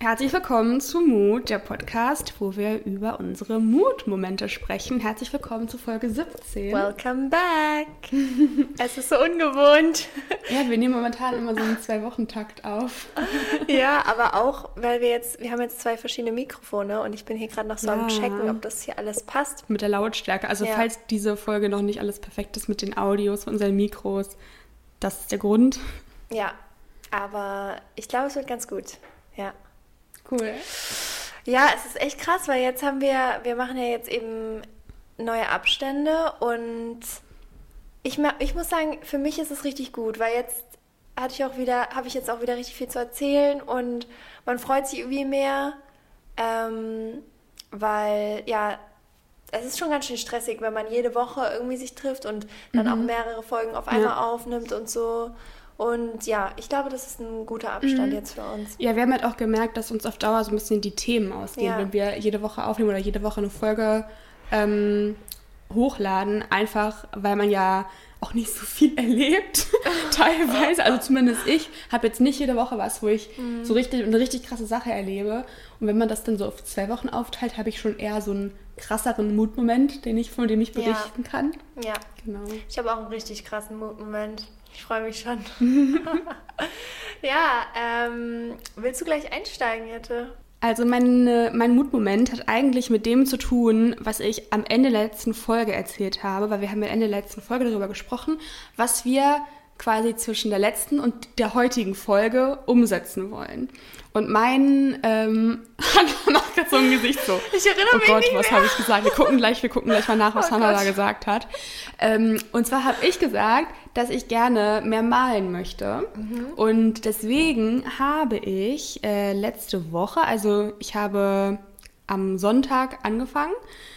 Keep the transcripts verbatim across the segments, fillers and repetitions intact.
Herzlich willkommen zu Mut, der Podcast, wo wir über unsere Mutmomente sprechen. Herzlich willkommen zu Folge siebzehn. Welcome back. Es ist so ungewohnt. Ja, wir nehmen momentan immer so einen Zwei-Wochen-Takt auf. Ja, aber auch, weil wir jetzt, wir haben jetzt zwei verschiedene Mikrofone und ich bin hier gerade noch so ja. am Checken, ob das hier alles passt. Mit der Lautstärke. Also ja. falls diese Folge noch nicht alles perfekt ist mit den Audios von unseren Mikros, das ist der Grund. Ja, aber ich glaube, es wird ganz gut. Ja. Cool. Ja, es ist echt krass, weil jetzt haben wir, wir machen ja jetzt eben neue Abstände und ich, ich muss sagen, für mich ist es richtig gut, weil jetzt hatte ich auch wieder, habe ich jetzt auch wieder richtig viel zu erzählen und man freut sich irgendwie mehr, ähm, weil ja, es ist schon ganz schön stressig, wenn man jede Woche irgendwie sich trifft und dann mhm. auch mehrere Folgen auf einmal ja. aufnimmt und so. Und ja, ich glaube, das ist ein guter Abstand mhm. jetzt für uns. Ja, wir haben halt auch gemerkt, dass uns auf Dauer so ein bisschen die Themen ausgehen, ja. wenn wir jede Woche aufnehmen oder jede Woche eine Folge ähm, hochladen. Einfach, weil man ja auch nicht so viel erlebt, teilweise. Also zumindest ich habe jetzt nicht jede Woche was, wo ich mhm. so richtig eine richtig krasse Sache erlebe. Und wenn man das dann so auf zwei Wochen aufteilt, habe ich schon eher so einen krasseren Mutmoment, den ich, von dem ich berichten ja. kann. Ja, genau. Ich habe auch einen richtig krassen Mutmoment. Ich freue mich schon. ja, ähm, willst du gleich einsteigen, Jette? Also mein, mein Mutmoment hat eigentlich mit dem zu tun, was ich am Ende der letzten Folge erzählt habe, weil wir haben ja am Ende der letzten Folge darüber gesprochen, was wir quasi zwischen der letzten und der heutigen Folge umsetzen wollen. Und mein, ähm, Hannah macht gerade so ein Gesicht so. Ich erinnere oh mich Gott, nicht was mehr. habe ich gesagt? Wir gucken gleich, wir gucken gleich mal nach, was oh Hannah Gott. da gesagt hat. Ähm, und zwar habe ich gesagt, dass ich gerne mehr malen möchte. Mhm. Und deswegen habe ich äh, letzte Woche, also ich habe am Sonntag angefangen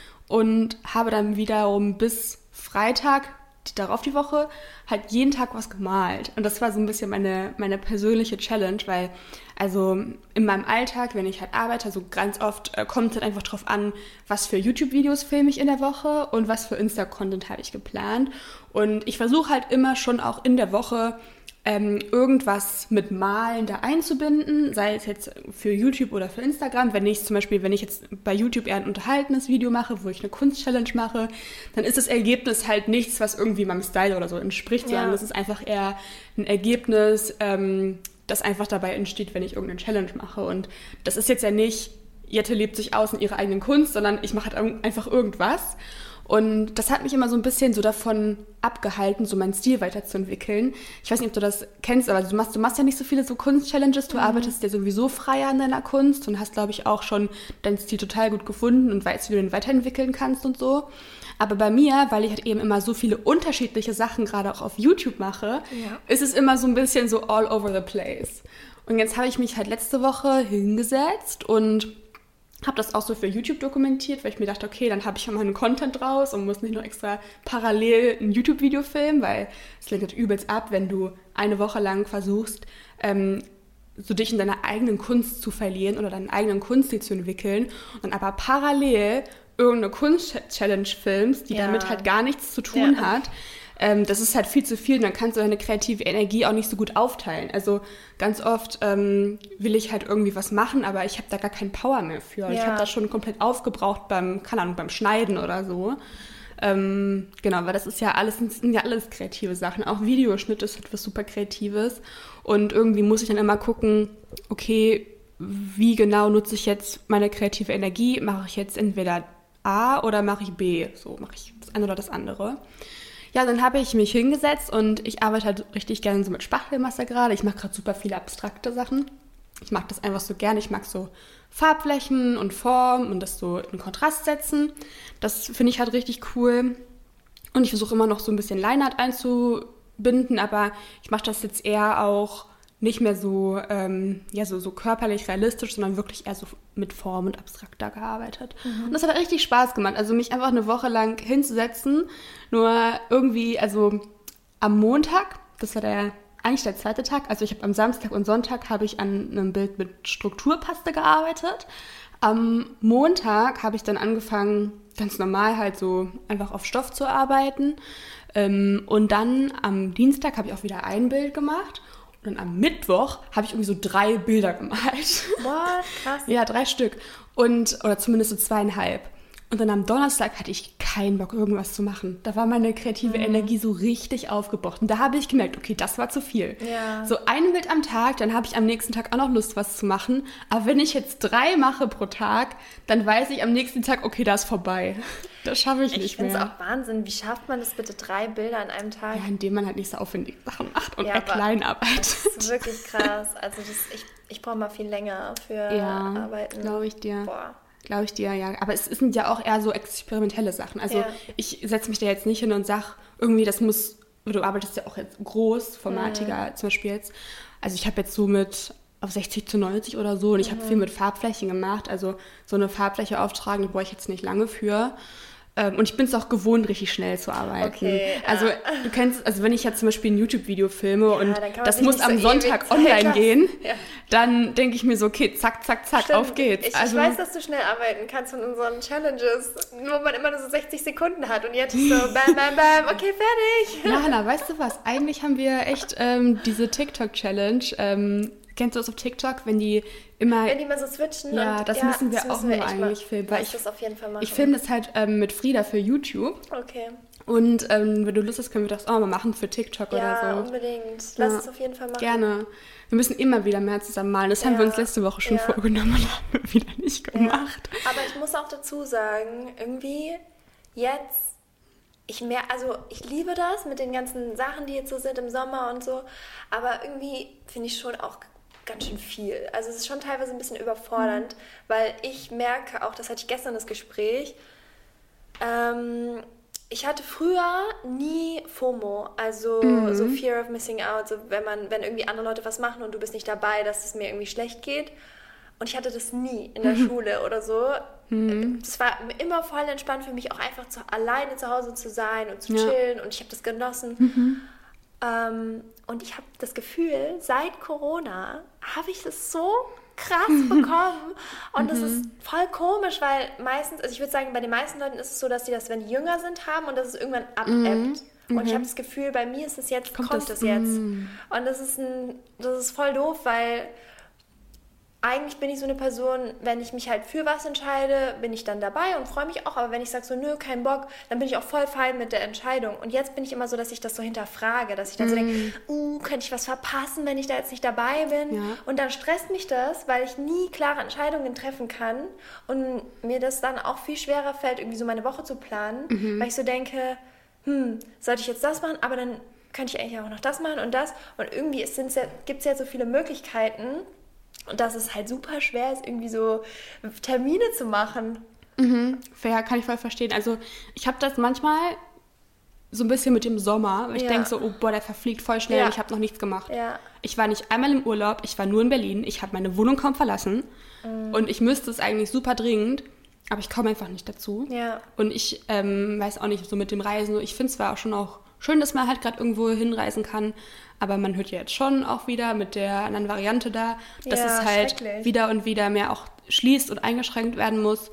und habe dann wiederum bis Freitag, die, darauf die Woche, halt jeden Tag was gemalt. Und das war so ein bisschen meine, meine persönliche Challenge, weil also in meinem Alltag, wenn ich halt arbeite, so ganz oft äh, kommt es halt einfach drauf an, was für YouTube-Videos filme ich in der Woche und was für Insta-Content habe ich geplant. Und ich versuche halt immer schon auch in der Woche ähm, irgendwas mit Malen da einzubinden, sei es jetzt für YouTube oder für Instagram. Wenn ich zum Beispiel, wenn ich jetzt bei YouTube eher ein unterhaltenes Video mache, wo ich eine Kunst-Challenge mache, dann ist das Ergebnis halt nichts, was irgendwie meinem Style oder so entspricht, ja. sondern das ist einfach eher ein Ergebnis, ähm, das einfach dabei entsteht, wenn ich irgendeine Challenge mache. Und das ist jetzt ja nicht, Jette lebt sich aus in ihrer eigenen Kunst, sondern ich mache halt einfach irgendwas. Und das hat mich immer so ein bisschen so davon abgehalten, so meinen Stil weiterzuentwickeln. Ich weiß nicht, ob du das kennst, aber du machst, du machst ja nicht so viele so Kunst-Challenges. Du mhm. arbeitest ja sowieso freier an deiner Kunst und hast, glaube ich, auch schon deinen Stil total gut gefunden und weißt, wie du den weiterentwickeln kannst und so. Aber bei mir, weil ich halt eben immer so viele unterschiedliche Sachen gerade auch auf YouTube mache, ja. ist es immer so ein bisschen so all over the place. Und jetzt habe ich mich halt letzte Woche hingesetzt und habe das auch so für YouTube dokumentiert, weil ich mir dachte, okay, dann habe ich schon mal einen Content draus und muss nicht noch extra parallel ein YouTube-Video filmen, weil es lenkt halt übelst ab, wenn du eine Woche lang versuchst, ähm, so dich in deiner eigenen Kunst zu verlieren oder deinen eigenen Kunststil zu entwickeln und dann aber parallel irgendeine Kunst-Challenge filmst, die ja. damit halt gar nichts zu tun ja. hat. Ähm, das ist halt viel zu viel und dann kannst du deine kreative Energie auch nicht so gut aufteilen. Also ganz oft ähm, will ich halt irgendwie was machen, aber ich habe da gar keinen Power mehr für. Ja. Ich habe das schon komplett aufgebraucht beim, keine Ahnung, beim Schneiden oder so. Ähm, genau, weil das ist ja alles, sind ja alles kreative Sachen. Auch Videoschnitt ist etwas super Kreatives und irgendwie muss ich dann immer gucken, okay, wie genau nutze ich jetzt meine kreative Energie? Mache ich jetzt entweder A oder mache ich B? So, mache ich das eine oder das andere. Ja, dann habe ich mich hingesetzt und ich arbeite halt richtig gerne so mit Spachtelmasse gerade. Ich mache gerade super viele abstrakte Sachen. Ich mag das einfach so gerne. Ich mag so Farbflächen und Form und das so in Kontrast setzen. Das finde ich halt richtig cool. Und ich versuche immer noch so ein bisschen Lineart einzubinden, aber ich mache das jetzt eher auch nicht mehr so, ähm, ja, so, so körperlich realistisch, sondern wirklich eher so mit Form und abstrakter gearbeitet. Mhm. Und das hat richtig Spaß gemacht. Also mich einfach eine Woche lang hinzusetzen, nur irgendwie, also am Montag, das war der eigentlich der zweite Tag, also ich habe am Samstag und Sonntag habe ich an einem Bild mit Strukturpaste gearbeitet. Am Montag habe ich dann angefangen, ganz normal halt so einfach auf Stoff zu arbeiten. Und dann am Dienstag habe ich auch wieder ein Bild gemacht. Und dann am Mittwoch habe ich irgendwie so drei Bilder gemalt. What? Krass. Ja, drei Stück. Und, oder zumindest so zweieinhalb. Und dann am Donnerstag hatte ich keinen Bock, irgendwas zu machen. Da war meine kreative mhm. Energie so richtig aufgebraucht. Und da habe ich gemerkt, okay, das war zu viel. Ja. So ein Bild am Tag, dann habe ich am nächsten Tag auch noch Lust, was zu machen. Aber wenn ich jetzt drei mache pro Tag, dann weiß ich am nächsten Tag, okay, da ist vorbei. Das schaffe ich, ich nicht mehr. Ich finde es auch Wahnsinn. Wie schafft man das bitte, drei Bilder an einem Tag? Ja, indem man halt nicht so aufwendige Sachen macht und ja, bei klein arbeitet. Das ist wirklich krass. Also das, ich, ich brauche mal viel länger für ja, Arbeiten. glaube ich dir. Boah. Glaube ich dir, ja. Aber es sind ja auch eher so experimentelle Sachen. Also ja. ich setze mich da jetzt nicht hin und sage, irgendwie, das muss, du arbeitest ja auch jetzt großformatiger mhm. zum Beispiel jetzt. Also ich habe jetzt so mit auf sechzig zu neunzig oder so und ich mhm. habe viel mit Farbflächen gemacht. Also so eine Farbfläche auftragen, die brauche ich jetzt nicht lange für. Und ich bin es auch gewohnt, richtig schnell zu arbeiten. Okay, also ah. du kennst, also wenn ich jetzt zum Beispiel ein YouTube-Video filme ja, und das muss am so Sonntag online gehen, ja. dann denke ich mir so, okay, zack, zack, zack, Stimmt. auf geht's. Ich, also, ich weiß, dass du schnell arbeiten kannst von unseren Challenges, wo man immer nur so sechzig Sekunden hat und jetzt so bam, bam, bam, okay, fertig. Ja, Hanna, weißt du was? Eigentlich haben wir echt ähm, diese TikTok-Challenge, ähm, kennst du das auf TikTok, wenn die immer... Wenn die mal so switchen. Ja, und, das ja, müssen wir das auch müssen wir nur eigentlich mal, filmen. Weil ich das auf jeden Fall machen. Ich filme das halt ähm, mit Frieda für YouTube. Okay. Und ähm, wenn du Lust hast, können wir das auch mal machen für TikTok ja, oder so. Ja, unbedingt. Lass ja. es auf jeden Fall machen. Gerne. Wir müssen immer wieder mehr zusammen malen. Das ja. haben wir uns letzte Woche schon ja. vorgenommen und haben wir wieder nicht gemacht. Ja. Aber ich muss auch dazu sagen, irgendwie jetzt... Ich mehr, also ich liebe das mit den ganzen Sachen, die jetzt so sind im Sommer und so, aber irgendwie finde ich schon auch ganz schön viel. Also es ist schon teilweise ein bisschen überfordernd, mhm. weil ich merke auch, das hatte ich gestern das Gespräch, ähm, ich hatte früher nie FOMO, also mhm. so Fear of Missing Out, so wenn man, wenn irgendwie andere Leute was machen und du bist nicht dabei, dass es mir irgendwie schlecht geht. Und ich hatte das nie in der mhm. Schule oder so. Mhm. Es war immer voll entspannt für mich, auch einfach zu, alleine zu Hause zu sein und zu ja. chillen. Und ich habe das genossen. Mhm. Ähm, und ich habe das Gefühl, seit Corona habe ich das so krass bekommen. Und das mhm. ist voll komisch, weil meistens, also ich würde sagen, bei den meisten Leuten ist es so, dass die das, wenn die jünger sind, haben und dass es irgendwann abebbt. Mhm. Und mhm. ich habe das Gefühl, bei mir ist es jetzt, kommt, kommt das, es jetzt. Mhm. Und das ist, ein, das ist voll doof, weil... Eigentlich bin ich so eine Person, wenn ich mich halt für was entscheide, bin ich dann dabei und freue mich auch. Aber wenn ich sage so, nö, kein Bock, dann bin ich auch voll fein mit der Entscheidung. Und jetzt bin ich immer so, dass ich das so hinterfrage, dass ich dann mm. so denke, uh, könnte ich was verpassen, wenn ich da jetzt nicht dabei bin? Ja. Und dann stresst mich das, weil ich nie klare Entscheidungen treffen kann und mir das dann auch viel schwerer fällt, irgendwie so meine Woche zu planen, mhm. weil ich so denke, hm, sollte ich jetzt das machen, aber dann könnte ich eigentlich auch noch das machen und das. Und irgendwie gibt es ja so viele Möglichkeiten, und dass es halt super schwer ist, irgendwie so Termine zu machen. Mhm, ja, kann ich voll verstehen. Also ich habe das manchmal so ein bisschen mit dem Sommer. Ich ja. denke so, oh boah, der verfliegt voll schnell ja. und ich habe noch nichts gemacht. Ja. Ich war nicht einmal im Urlaub, ich war nur in Berlin. Ich habe meine Wohnung kaum verlassen. Mhm. Und ich müsste es eigentlich super dringend, aber ich komme einfach nicht dazu. Ja. Und ich ähm, weiß auch nicht, so mit dem Reisen, ich finde es zwar auch schon auch schön, dass man halt gerade irgendwo hinreisen kann, aber man hört ja jetzt schon auch wieder mit der anderen Variante da, dass ja, es halt wieder und wieder mehr auch schließt und eingeschränkt werden muss.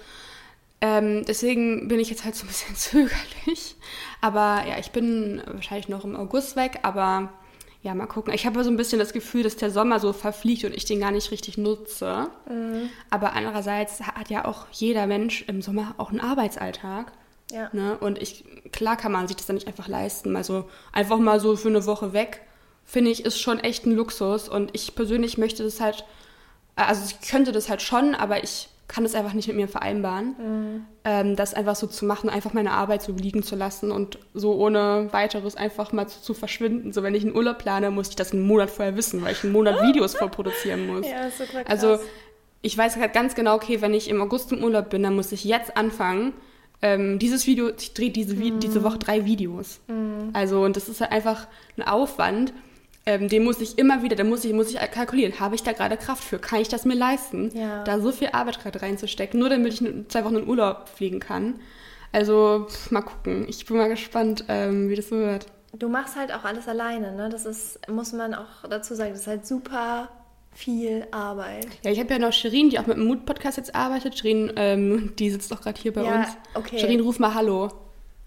Ähm, deswegen bin ich jetzt halt so ein bisschen zögerlich. Aber ja, ich bin wahrscheinlich noch im August weg, aber ja, mal gucken. Ich habe so ein bisschen das Gefühl, dass der Sommer so verfliegt und ich den gar nicht richtig nutze. Mhm. Aber andererseits hat ja auch jeder Mensch im Sommer auch einen Arbeitsalltag. Ja. Ne? Und ich, klar kann man sich das dann nicht einfach leisten. Also einfach mal so für eine Woche weg, finde ich, ist schon echt ein Luxus. Und ich persönlich möchte das halt, also ich könnte das halt schon, aber ich kann das einfach nicht mit mir vereinbaren, mhm. ähm, das einfach so zu machen, einfach meine Arbeit so liegen zu lassen und so ohne weiteres einfach mal zu, zu verschwinden. So, wenn ich einen Urlaub plane, muss ich das einen Monat vorher wissen, weil ich einen Monat Videos vorproduzieren muss. Ja, das ist super krass. Also ich weiß halt ganz genau, okay, wenn ich im August im Urlaub bin, dann muss ich jetzt anfangen, ähm, dieses Video, ich drehe diese, mm. diese Woche drei Videos. Mm. Also, und das ist halt einfach ein Aufwand, ähm, den muss ich immer wieder, da muss ich, muss ich kalkulieren, habe ich da gerade Kraft für, kann ich das mir leisten, ja. da so viel Arbeit gerade reinzustecken, nur damit ich zwei Wochen in Urlaub fliegen kann. Also, pff, mal gucken. Ich bin mal gespannt, ähm, wie das so wird. Du machst halt auch alles alleine, ne? Das ist, muss man auch dazu sagen, das ist halt super viel Arbeit. Ja, ich habe ja noch Shirin, die auch mit dem Mood-Podcast jetzt arbeitet. Shirin, ähm, die sitzt doch gerade hier bei ja, uns. Okay. Shirin, ruf mal Hallo.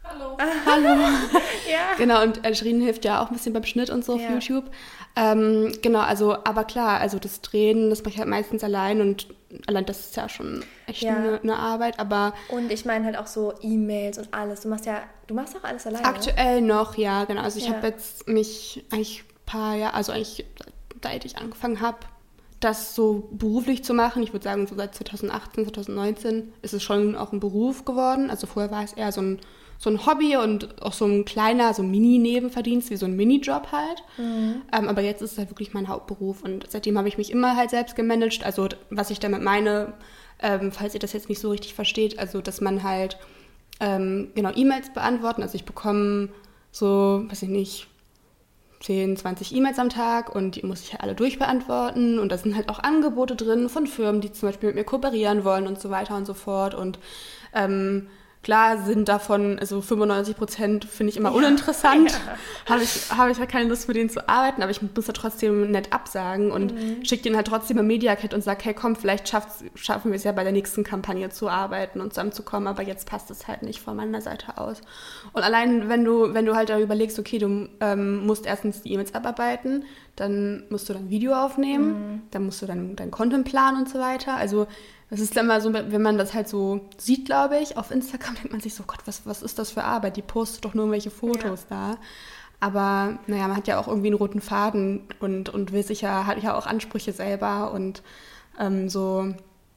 Hallo. Hallo. Ja. Genau, und äh, Shirin hilft ja auch ein bisschen beim Schnitt und so auf Ja. YouTube. Ähm, genau, also, aber klar, also das Drehen, das mache ich halt meistens allein und allein das ist ja schon echt Ja. eine, eine Arbeit, aber Und ich meine halt auch so E-Mails und alles. Du machst ja, du machst auch alles alleine. aktuell noch, ja, genau. Also ich Ja. habe jetzt mich eigentlich ein paar Jahre, also eigentlich seit ich angefangen habe, das so beruflich zu machen, ich würde sagen so seit zwanzig achtzehn, zwanzig neunzehn ist es schon auch ein Beruf geworden. Also vorher war es eher so ein, so ein Hobby und auch so ein kleiner, so ein Mini-Nebenverdienst, wie so ein Minijob halt. Mhm. Ähm, aber jetzt ist es halt wirklich mein Hauptberuf und seitdem habe ich mich immer halt selbst gemanagt. Also was ich damit meine, ähm, falls ihr das jetzt nicht so richtig versteht, also dass man halt ähm, genau E-Mails beantworten. Also ich bekomme so, weiß ich nicht, zehn, zwanzig E-Mails am Tag und die muss ich halt alle durchbeantworten und da sind halt auch Angebote drin von Firmen, die zum Beispiel mit mir kooperieren wollen und so weiter und so fort und ähm, klar sind davon, also fünfundneunzig Prozent finde ich immer Ja. uninteressant, Ja. habe ich, habe ich halt keine Lust mit denen zu arbeiten, aber ich muss ja trotzdem nett absagen und Mhm. schicke denen halt trotzdem ein Media-Kit und sage, hey komm, vielleicht schafft's, schaffen wir es ja bei der nächsten Kampagne zu arbeiten und zusammenzukommen, aber jetzt passt es halt nicht von meiner Seite aus. Und allein, wenn du, wenn du halt da überlegst, okay, du ähm, musst erstens die E-Mails abarbeiten, dann musst du dann Video aufnehmen, Mhm. dann musst du dann dein Content planen und so weiter. Also das ist dann mal so, wenn man das halt so sieht, glaube ich, auf Instagram denkt man sich so, Gott, was, was ist das für Arbeit? Die postet doch nur irgendwelche Fotos da. Aber naja, man hat ja auch irgendwie einen roten Faden und, und will sich ja, hat ja auch Ansprüche selber und ähm, so,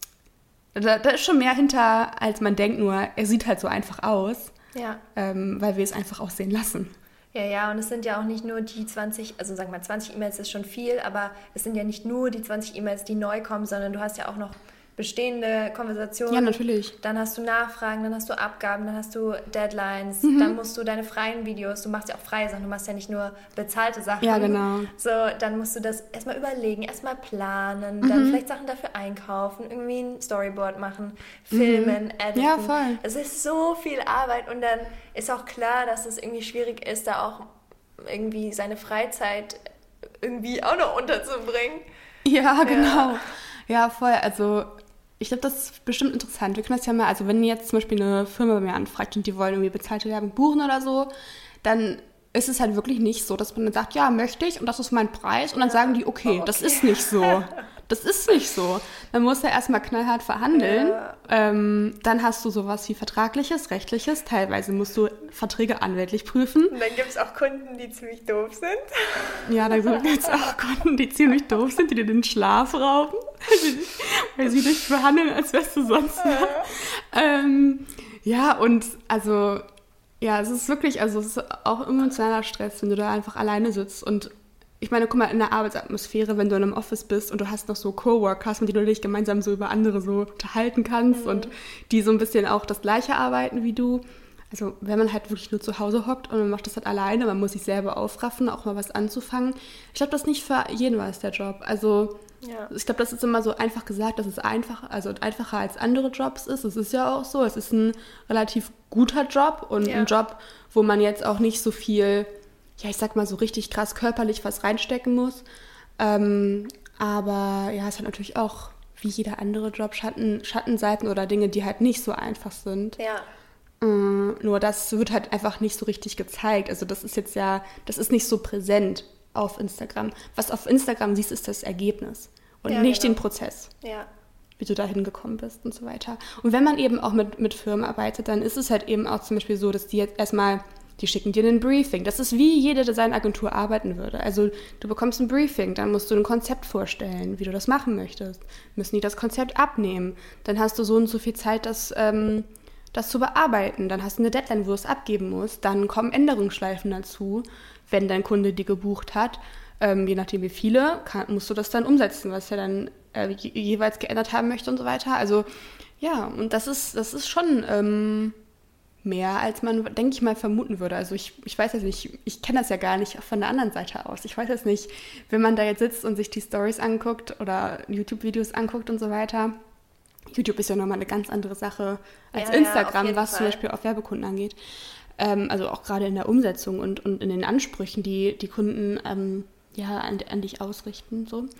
da, da ist schon mehr hinter, als man denkt, nur er sieht halt so einfach aus, Ja. ähm, weil wir es einfach aussehen lassen. Ja, ja, und es sind ja auch nicht nur die zwanzig, also sagen wir mal zwanzig E-Mails ist schon viel, aber es sind ja nicht nur die zwanzig E-Mails, die neu kommen, sondern du hast ja auch noch bestehende Konversationen. Ja, natürlich. Dann hast du Nachfragen, dann hast du Abgaben, dann hast du Deadlines, Mhm. dann musst du deine freien Videos, du machst ja auch freie Sachen, du machst ja nicht nur bezahlte Sachen. Ja, genau. So, dann musst du das erstmal überlegen, erstmal planen, Mhm. dann vielleicht Sachen dafür einkaufen, irgendwie ein Storyboard machen, filmen, editen. Ja, voll. Es ist so viel Arbeit und dann ist auch klar, dass es irgendwie schwierig ist, da auch irgendwie seine Freizeit irgendwie auch noch unterzubringen. Ja, genau. Ja, voll. Also ich glaube, das ist bestimmt interessant. Wir können das ja mal, also wenn jetzt zum Beispiel eine Firma bei mir anfragt und die wollen irgendwie bezahlte Werbung buchen oder so, dann ist es halt wirklich nicht so, dass man dann sagt, ja, möchte ich und das ist mein Preis und dann sagen die, okay, okay. das ist nicht so. Das ist nicht so. Man muss ja erstmal knallhart verhandeln. Ja. Ähm, dann hast du sowas wie Vertragliches, Rechtliches. Teilweise musst du Verträge anwältlich prüfen. Und dann gibt es auch Kunden, die ziemlich doof sind. Ja, da gibt es auch Kunden, die ziemlich doof sind, die dir den Schlaf rauben, weil sie dich behandeln, als wärst du sonst wer. Ähm, ja, und also, ja, es ist wirklich, also es ist auch emotionaler Stress, wenn du da einfach alleine sitzt und ich meine, guck mal, in der Arbeitsatmosphäre, wenn du in einem Office bist und du hast noch so Coworkers, mit denen du dich gemeinsam so über andere so unterhalten kannst Mhm. und die so ein bisschen auch das Gleiche arbeiten wie du. Also wenn man halt wirklich nur zu Hause hockt und man macht das halt alleine, man muss sich selber aufraffen, auch mal was anzufangen. Ich glaube, das ist nicht für jeden was der Job. Also Ja. ich glaube, das ist immer so einfach gesagt, dass es einfach, also einfacher als andere Jobs ist. Es ist ja auch so, es ist ein relativ guter Job und Ja. ein Job, wo man jetzt auch nicht so viel, ja, ich sag mal so richtig krass körperlich was reinstecken muss. Ähm, aber ja, es hat natürlich auch, wie jeder andere Job, Schatten, Schattenseiten oder Dinge, die halt nicht so einfach sind. Ja. Mm, nur das wird halt einfach nicht so richtig gezeigt. Also das ist jetzt ja, das ist nicht so präsent auf Instagram. Was auf Instagram siehst, ist das Ergebnis und Ja, nicht genau. den Prozess, Ja. wie du da hingekommen bist und so weiter. Und wenn man eben auch mit, mit Firmen arbeitet, dann ist es halt eben auch zum Beispiel so, dass die jetzt erstmal, die schicken dir ein Briefing. Das ist wie jede Designagentur arbeiten würde. Also du bekommst ein Briefing, dann musst du ein Konzept vorstellen, wie du das machen möchtest. Müssen die das Konzept abnehmen. Dann hast du so und so viel Zeit, das, ähm, das zu bearbeiten. Dann hast du eine Deadline, wo du es abgeben musst. Dann kommen Änderungsschleifen dazu, wenn dein Kunde die gebucht hat. Ähm, je nachdem wie viele, kann, musst du das dann umsetzen, was er dann äh, je, jeweils geändert haben möchte und so weiter. Also ja, und das ist, das ist schon ähm, mehr, als man, denke ich mal, vermuten würde. Also ich, ich weiß jetzt nicht, ich kenne das ja gar nicht von der anderen Seite aus. Ich weiß jetzt nicht, wenn man da jetzt sitzt und sich die Stories anguckt oder YouTube-Videos anguckt und so weiter. YouTube ist ja nochmal eine ganz andere Sache als Ja, ja, Instagram, auf jeden was zum Fall. Beispiel auf Werbekunden angeht. Ähm, also auch gerade in der Umsetzung und, und in den Ansprüchen, die die Kunden ähm, ja, an, an dich ausrichten. So.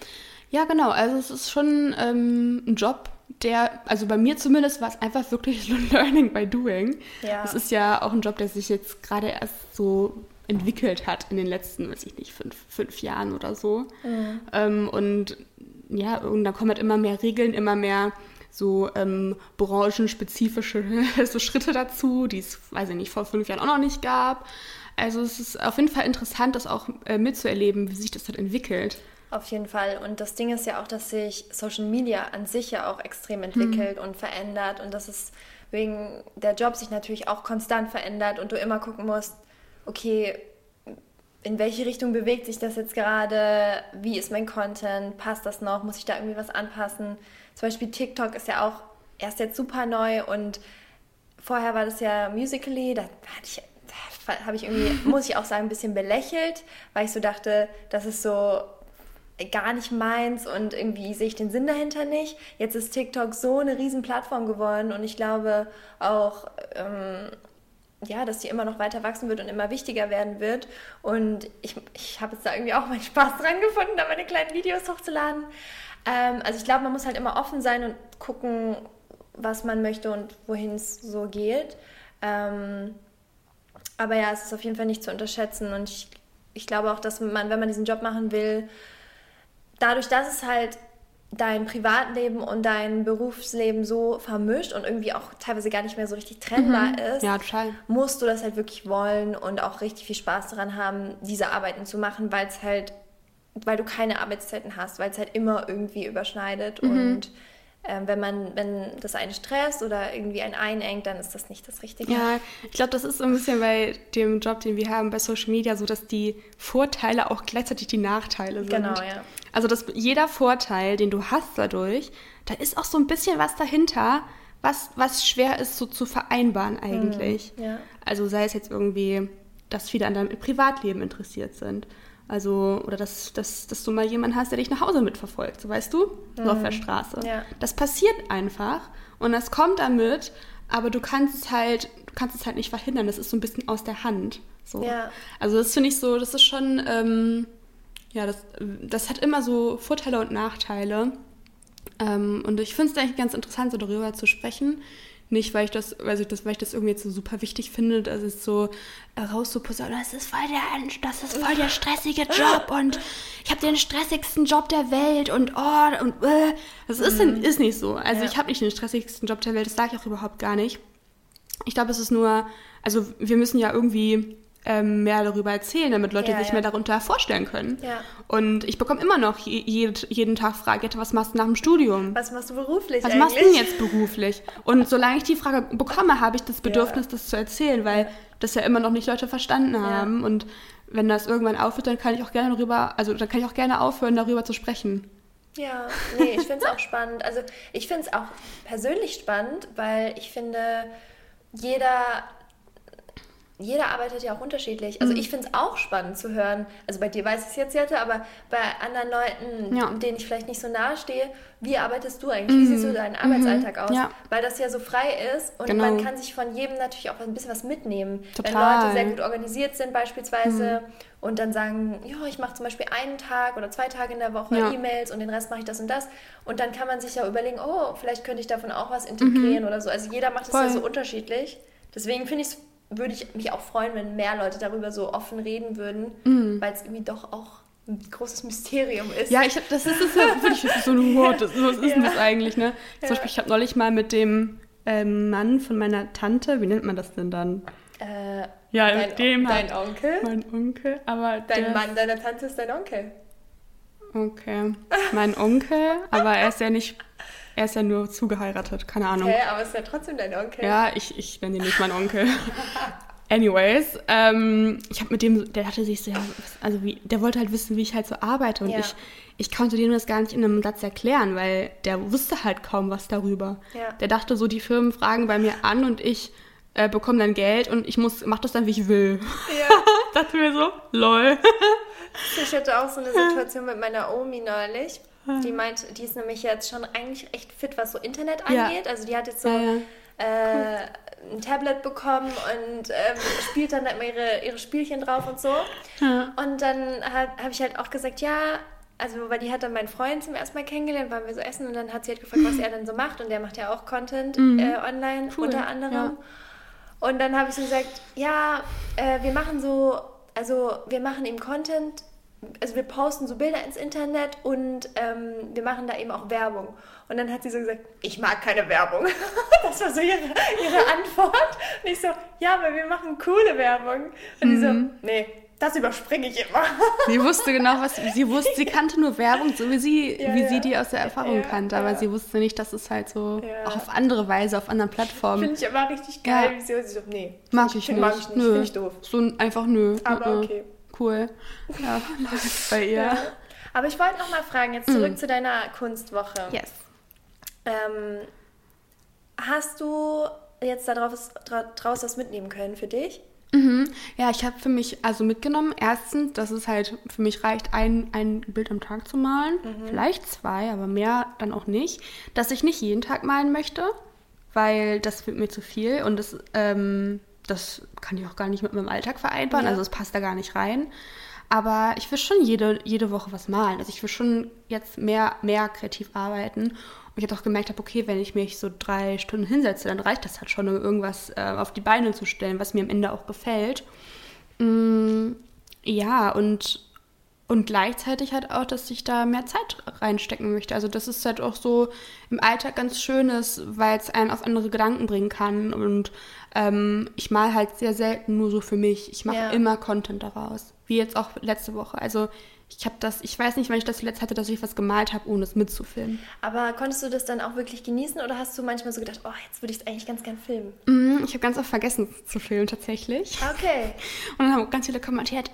Ja, genau. Also es ist schon ähm, ein Job, der, also bei mir zumindest war es einfach wirklich Learning by Doing. Ja. Es ist ja auch ein Job, der sich jetzt gerade erst so entwickelt hat in den letzten, weiß ich nicht, fünf, fünf Jahren oder so. Mhm. Ähm, und ja, und da kommen halt immer mehr Regeln, immer mehr so ähm, branchenspezifische so Schritte dazu, die es, weiß ich nicht, vor fünf Jahren auch noch nicht gab. Also es ist auf jeden Fall interessant, das auch äh, mitzuerleben, wie sich das halt entwickelt. Auf jeden Fall. Und das Ding ist ja auch, dass sich Social Media an sich ja auch extrem entwickelt mhm. und verändert und dass es wegen der Job sich natürlich auch konstant verändert und du immer gucken musst, okay, in welche Richtung bewegt sich das jetzt gerade? Wie ist mein Content? Passt das noch? Muss ich da irgendwie was anpassen? Zum Beispiel TikTok ist ja auch erst jetzt super neu und vorher war das ja Musical.ly, da hatte ich, da habe ich irgendwie, muss ich auch sagen, ein bisschen belächelt, weil ich so dachte, das ist so gar nicht meins und irgendwie sehe ich den Sinn dahinter nicht. Jetzt ist TikTok so eine riesen Plattform geworden und ich glaube auch, ähm, ja, dass die immer noch weiter wachsen wird und immer wichtiger werden wird. Und ich, ich habe jetzt da irgendwie auch meinen Spaß dran gefunden, da meine kleinen Videos hochzuladen. Ähm, also ich glaube, man muss halt immer offen sein und gucken, was man möchte und wohin es so geht. Ähm, aber ja, es ist auf jeden Fall nicht zu unterschätzen. Und ich, ich glaube auch, dass man, wenn man diesen Job machen will, dadurch, dass es halt dein Privatleben und dein Berufsleben so vermischt und irgendwie auch teilweise gar nicht mehr so richtig trennbar Mhm. ist, Ja, total. musst du das halt wirklich wollen und auch richtig viel Spaß daran haben, diese Arbeiten zu machen, weil es halt, weil du keine Arbeitszeiten hast, weil es halt immer irgendwie überschneidet Mhm. und ähm, wenn man, wenn das einen stresst oder irgendwie einen einengt, dann ist das nicht das Richtige. Ja, ich glaube, das ist so ein bisschen bei dem Job, den wir haben bei Social Media, so dass die Vorteile auch gleichzeitig die Nachteile sind. Genau, ja. Also dass jeder Vorteil, den du hast dadurch, da ist auch so ein bisschen was dahinter, was, was schwer ist so zu vereinbaren eigentlich. Mhm, ja. Also sei es jetzt irgendwie, dass viele an deinem Privatleben interessiert sind. Also, oder dass, dass, dass du mal jemanden hast, der dich nach Hause mitverfolgt, so weißt du, so Mhm. auf der Straße. Ja. Das passiert einfach und das kommt damit, aber du kannst es halt, du kannst es halt nicht verhindern. Das ist so ein bisschen aus der Hand. So. Ja. Also das finde ich so, das ist schon, ähm, ja, das, das hat immer so Vorteile und Nachteile. Ähm, und ich finde es eigentlich ganz interessant, so darüber zu sprechen. Nicht, weil ich das, weil ich das, weil ich das irgendwie jetzt so super wichtig finde, dass es so rauszuposaunen, das ist voll der, das ist voll der stressige Job und ich habe den stressigsten Job der Welt und oh und äh. Das ist, mhm. ist nicht so. Also ja. Ich habe nicht den stressigsten Job der Welt, das sage ich auch überhaupt gar nicht. Ich glaube, es ist nur, also wir müssen ja irgendwie ähm, mehr darüber erzählen, damit Leute ja, sich ja. mehr darunter vorstellen können. Ja. Und ich bekomme immer noch je, jed, jeden Tag Frage, was machst du nach dem Studium? Was machst du beruflich Was eigentlich? machst du denn jetzt beruflich? Und solange ich die Frage bekomme, habe ich das Bedürfnis, ja. das zu erzählen, weil ja. das ja immer noch nicht Leute verstanden haben. Ja. Und wenn das irgendwann aufhört, dann kann ich auch gerne darüber, also dann kann ich auch gerne aufhören, darüber zu sprechen. Ja, nee, ich finde es auch spannend. Also ich finde es auch persönlich spannend, weil ich finde, jeder... Jeder arbeitet ja auch unterschiedlich. Also mhm. ich finde es auch spannend zu hören, also bei dir weiß ich es jetzt jetzt, aber bei anderen Leuten, ja. denen ich vielleicht nicht so nahe stehe, wie arbeitest du eigentlich? Mhm. Wie siehst du deinen Arbeitsalltag aus? Ja. Weil das ja so frei ist und genau. man kann sich von jedem natürlich auch ein bisschen was mitnehmen. Total. Wenn Leute sehr gut organisiert sind beispielsweise mhm. und dann sagen, ja, ich mache zum Beispiel einen Tag oder zwei Tage in der Woche ja. E-Mails und den Rest mache ich das und das. Und dann kann man sich ja überlegen, oh, vielleicht könnte ich davon auch was integrieren mhm. oder so. Also jeder macht es ja so unterschiedlich. Deswegen finde ich es würde ich mich auch freuen, wenn mehr Leute darüber so offen reden würden, mm. weil es irgendwie doch auch ein großes Mysterium ist. Ja, ich, das ist, das ist ja wirklich das ist so ein Wort, was ist denn ja. das eigentlich, ne? Zum ja. Beispiel, ich habe neulich mal mit dem ähm, Mann von meiner Tante, wie nennt man das denn dann? Äh, ja, dein, mit dem dein Onkel? Mein Onkel, aber Dein der, Mann deiner Tante ist dein Onkel. Okay, mein Onkel, aber er ist ja nicht... Er ist ja nur zugeheiratet, keine Ahnung. Okay, aber ist ja trotzdem dein Onkel. Ja, ich, ich nenne ihn nicht meinen Onkel. Anyways, ähm, ich habe mit dem, der dachte sich so, ja, also wie, der wollte halt wissen, wie ich halt so arbeite. Und ja. ich, ich konnte dem das gar nicht in einem Satz erklären, weil der wusste halt kaum was darüber. Ja. Der dachte so, die Firmen fragen bei mir an und ich äh, bekomme dann Geld und ich muss, mach das dann, wie ich will. Ja. Dachte mir so, lol. Ich hatte auch so eine Situation mit meiner Omi neulich. Die meint, die ist nämlich jetzt schon eigentlich echt fit, was so Internet angeht. Ja. Also die hat jetzt so ja, ja. Äh, ein Tablet bekommen und ähm, spielt dann immer ihre, ihre Spielchen drauf und so. Ja. Und dann habe hab ich halt auch gesagt, ja, also weil die hat dann meinen Freund zum ersten Mal kennengelernt, waren wir so essen und dann hat sie halt gefragt, was er denn so macht und der macht ja auch Content Mhm. äh, online Cool, unter anderem. ja. Und dann habe ich so gesagt, ja, äh, wir machen so, also wir machen eben Content, also wir posten so Bilder ins Internet und ähm, wir machen da eben auch Werbung. Und dann hat sie so gesagt, ich mag keine Werbung. Das war so ihre, ihre Antwort. Und ich so, ja, aber wir machen coole Werbung. Und die so, nee, das überspringe ich immer. Sie wusste genau, was sie wusste. Sie kannte nur Werbung, so wie sie, Ja, wie ja. sie die aus der Erfahrung Ja, kannte. Aber ja. sie wusste nicht, dass es halt so Ja. auch auf andere Weise, auf anderen Plattformen. Finde ich aber richtig geil, Ja. wie sie, sie so, nee, Mag find ich find- nicht. Mag ich nicht, Nö. finde ich doof. So ein- einfach nö. Aber Mhm. okay. Cool. Ja, läuft bei ihr. Ja. Aber ich wollte noch mal fragen, jetzt zurück zu deiner Kunstwoche. Yes. Ähm, hast du jetzt daraus, daraus was mitnehmen können für dich? Mhm. Ja, ich habe für mich also mitgenommen, erstens, dass es halt für mich reicht, ein, ein Bild am Tag zu malen, vielleicht zwei, aber mehr dann auch nicht, dass ich nicht jeden Tag malen möchte, weil das wird mir zu viel und das, ähm, das kann ich auch gar nicht mit meinem Alltag vereinbaren, Ja. also es passt da gar nicht rein. Aber ich will schon jede, jede Woche was malen. Also ich will schon jetzt mehr, mehr kreativ arbeiten. Und ich habe auch gemerkt, hab, okay, wenn ich mich so drei Stunden hinsetze, dann reicht das halt schon, um irgendwas äh, auf die Beine zu stellen, was mir am Ende auch gefällt. Mm, ja, und, und gleichzeitig halt auch, dass ich da mehr Zeit reinstecken möchte. Also das ist halt auch so im Alltag ganz schön ist, weil es einen auf andere Gedanken bringen kann. Und ähm, ich mal halt sehr selten nur so für mich. Ich mache Ja. immer Content daraus. Wie jetzt auch letzte Woche. Also ich habe das, ich weiß nicht, wann ich das zuletzt hatte, dass ich was gemalt habe, ohne es mitzufilmen. Aber konntest du das dann auch wirklich genießen oder hast du manchmal so gedacht, oh, jetzt würde ich es eigentlich ganz gern filmen? Mm, Ich habe ganz oft vergessen zu filmen tatsächlich. Okay. Und dann haben ganz viele kommentiert,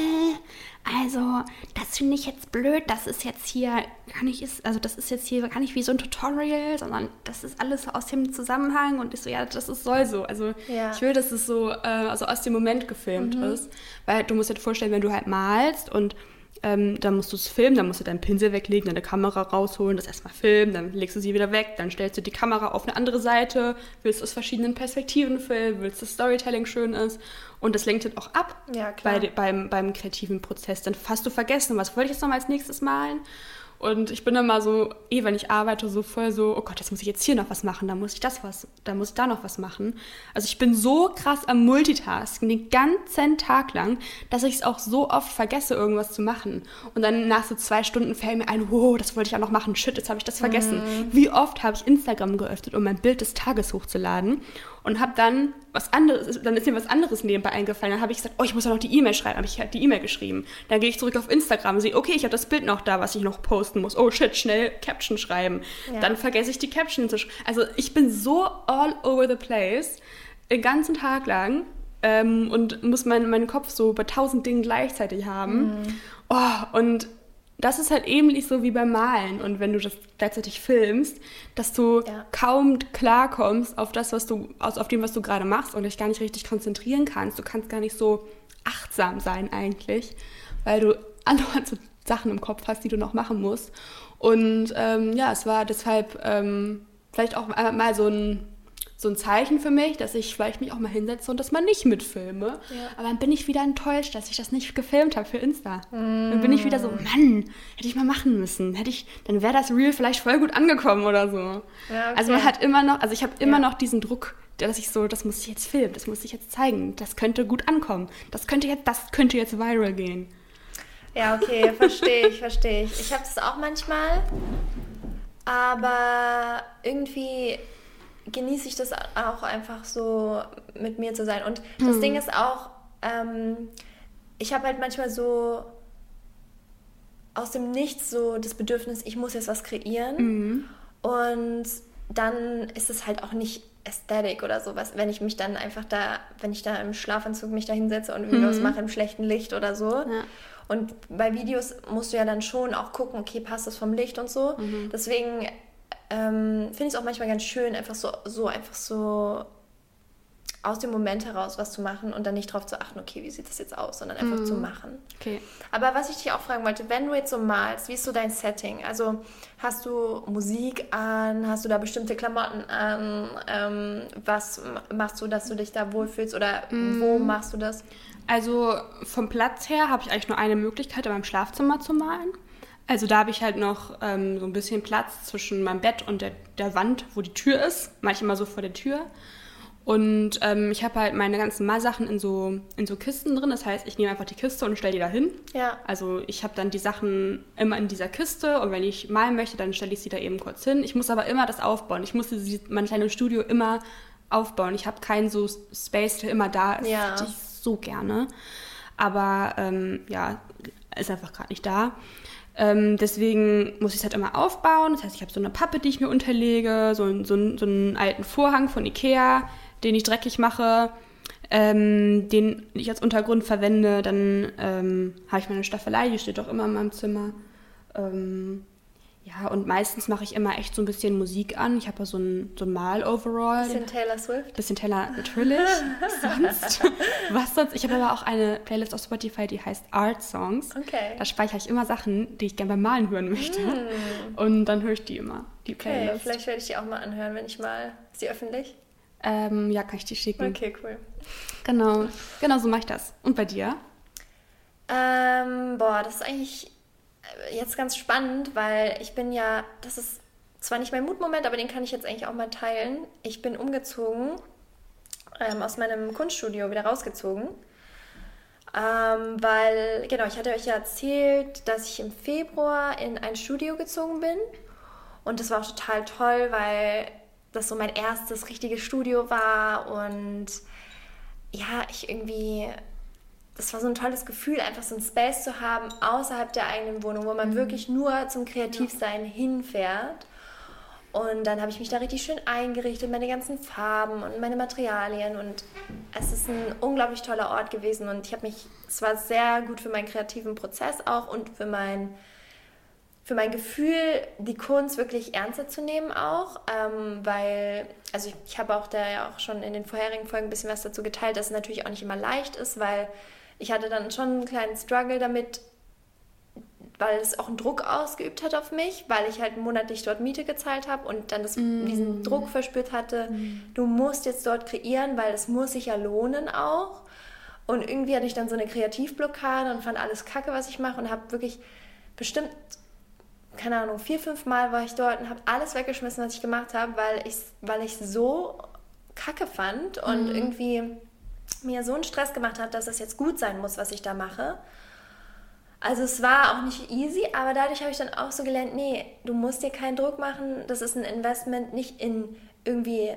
äh, also das finde ich jetzt blöd, das ist jetzt hier gar nicht, ist, also das ist jetzt hier gar nicht wie so ein Tutorial, sondern das ist alles aus dem Zusammenhang und ich so, ja, das ist, soll so. Also Ja. ich will, dass es so äh, also aus dem Moment gefilmt ist, weil du musst dir vorstellen, wenn du halt malst und ähm, dann musst du es filmen, dann musst du deinen Pinsel weglegen, deine Kamera rausholen, das erstmal filmen, dann legst du sie wieder weg, dann stellst du die Kamera auf eine andere Seite, willst aus verschiedenen Perspektiven filmen, willst, dass Storytelling schön ist und das lenkt dann auch ab Ja, klar. bei, beim, beim kreativen Prozess. Dann hast du vergessen, was wollte ich jetzt noch mal als nächstes malen? Und ich bin dann mal so, eh, wenn ich arbeite, so voll so, oh Gott, jetzt muss ich jetzt hier noch was machen, dann muss ich das was, dann muss ich da noch was machen. Also ich bin so krass am Multitasken den ganzen Tag lang, dass ich es auch so oft vergesse, irgendwas zu machen. Und dann nach so zwei Stunden fällt mir ein, wow, das wollte ich auch noch machen, shit, jetzt habe ich das vergessen. Wie oft habe ich Instagram geöffnet, um mein Bild des Tages hochzuladen und habe dann was anderes, dann ist mir was anderes nebenbei eingefallen. Dann habe ich gesagt, oh, ich muss ja noch die E-Mail schreiben. Habe ich halt die E-Mail geschrieben. Dann gehe ich zurück auf Instagram und sehe, okay, ich habe das Bild noch da, was ich noch posten muss. Oh shit, schnell Caption schreiben. Ja. Dann vergesse ich die Caption zu schreiben. Also ich bin so all over the place, den ganzen Tag lang ähm, und muss mein, meinen Kopf so bei tausend Dingen gleichzeitig haben. Oh, und das ist halt ähnlich so wie beim Malen und wenn du das gleichzeitig filmst, dass du Ja. kaum klarkommst auf das, was du, aus, auf dem, was du gerade machst und dich gar nicht richtig konzentrieren kannst. Du kannst gar nicht so achtsam sein eigentlich, weil du andauernd so Sachen im Kopf hast, die du noch machen musst. Und ähm, ja, es war deshalb ähm, vielleicht auch mal so ein so ein Zeichen für mich, dass ich vielleicht mich auch mal hinsetze und das mal nicht mitfilme. Ja. Aber dann bin ich wieder enttäuscht, dass ich das nicht gefilmt habe für Insta. Mm. Dann bin ich wieder so, Mann, hätte ich mal machen müssen. Hätte ich, dann wäre das Reel vielleicht voll gut angekommen oder so. Ja, okay. Also man hat immer noch, also ich habe immer Ja. noch diesen Druck, dass ich so, das muss ich jetzt filmen, das muss ich jetzt zeigen, das könnte gut ankommen. Das könnte jetzt, das könnte jetzt viral gehen. Ja, okay, verstehe ich, verstehe ich. Ich habe das auch manchmal, aber irgendwie genieße ich das auch einfach so, mit mir zu sein. Und das Ding ist auch, ähm, ich habe halt manchmal so aus dem Nichts so das Bedürfnis, ich muss jetzt was kreieren. Und dann ist es halt auch nicht Ästhetik oder sowas, wenn ich mich dann einfach da, wenn ich da im Schlafanzug mich da hinsetze und irgendwie was mache im schlechten Licht oder so. Ja. Und bei Videos musst du ja dann schon auch gucken, okay, passt das vom Licht und so. Deswegen ähm, finde ich es auch manchmal ganz schön, einfach so, so einfach so aus dem Moment heraus was zu machen und dann nicht drauf zu achten, okay, wie sieht das jetzt aus, sondern einfach zu machen. Okay. Aber was ich dich auch fragen wollte, wenn du jetzt so malst, wie ist so dein Setting? Also hast du Musik an, hast du da bestimmte Klamotten an? Ähm, was machst du, dass du dich da wohlfühlst oder mm. wo machst du das? Also vom Platz her habe ich eigentlich nur eine Möglichkeit, in meinem Schlafzimmer zu malen. Also da habe ich halt noch ähm, so ein bisschen Platz zwischen meinem Bett und der, der Wand, wo die Tür ist. Manchmal so vor der Tür. Und ähm, ich habe halt meine ganzen Malsachen in so, in so Kisten drin. Das heißt, ich nehme einfach die Kiste und stelle die da hin. Ja. Also ich habe dann die Sachen immer in dieser Kiste und wenn ich malen möchte, dann stelle ich sie da eben kurz hin. Ich muss aber immer das aufbauen. Ich muss dieses, mein kleines Studio immer aufbauen. Ich habe keinen so Space, der immer da ist. Ja. Das hätte ich so gerne. Aber ähm, ja, ist einfach gerade nicht da. Ähm, deswegen muss ich es halt immer aufbauen. Das heißt, ich habe so eine Pappe, die ich mir unterlege, so, so, so einen alten Vorhang von Ikea, den ich dreckig mache, ähm, den ich als Untergrund verwende. Dann ähm, habe ich meine Staffelei, die steht auch immer in meinem Zimmer. Ähm, ja, und meistens mache ich immer echt so ein bisschen Musik an. Ich habe ja so ein, so ein Mal-Overall. Bisschen Taylor Swift. Bisschen Taylor, natürlich. sonst? Was sonst? Ich habe aber auch eine Playlist auf Spotify, die heißt Art Songs. Okay. Da speichere ich immer Sachen, die ich gerne beim Malen hören möchte. Mm. Und dann höre ich die immer, die Playlist. Okay, vielleicht werde ich die auch mal anhören, wenn ich mal... Ist die öffentlich? Ähm, ja, kann ich die schicken. Okay, cool. Genau, genau so mache ich das. Und bei dir? Ähm, boah, das ist eigentlich jetzt ganz spannend, weil ich bin ja, das ist zwar nicht mein Mutmoment, aber den kann ich jetzt eigentlich auch mal teilen. Ich bin umgezogen, ähm, aus meinem Kunststudio wieder rausgezogen, ähm, weil, genau, ich hatte euch ja erzählt, dass ich im Februar in ein Studio gezogen bin und das war auch total toll, weil das so mein erstes richtiges Studio war und ja, ich irgendwie... Das war so ein tolles Gefühl, einfach so ein Space zu haben außerhalb der eigenen Wohnung, wo man mhm. wirklich nur zum Kreativsein ja. hinfährt. Und dann habe ich mich da richtig schön eingerichtet, meine ganzen Farben und meine Materialien. Und es ist ein unglaublich toller Ort gewesen. Und ich habe mich, es war sehr gut für meinen kreativen Prozess auch und für mein, für mein Gefühl, die Kunst wirklich ernster zu nehmen auch. Ähm, weil, also ich, ich habe auch da ja auch schon in den vorherigen Folgen ein bisschen was dazu geteilt, dass es natürlich auch nicht immer leicht ist, weil ich hatte dann schon einen kleinen Struggle damit, weil es auch einen Druck ausgeübt hat auf mich, weil ich halt monatlich dort Miete gezahlt habe und dann das, mm. diesen Druck verspürt hatte, mm. du musst jetzt dort kreieren, weil es muss sich ja lohnen auch. Und irgendwie hatte ich dann so eine Kreativblockade und fand alles kacke, was ich mache und habe wirklich bestimmt, keine Ahnung, vier, fünf Mal war ich dort und habe alles weggeschmissen, was ich gemacht habe, weil ich weil ich so kacke fand und mm. irgendwie... mir so einen Stress gemacht hat, dass es jetzt gut sein muss, was ich da mache. Also es war auch nicht easy, aber dadurch habe ich dann auch so gelernt, nee, du musst dir keinen Druck machen, das ist ein Investment nicht in irgendwie,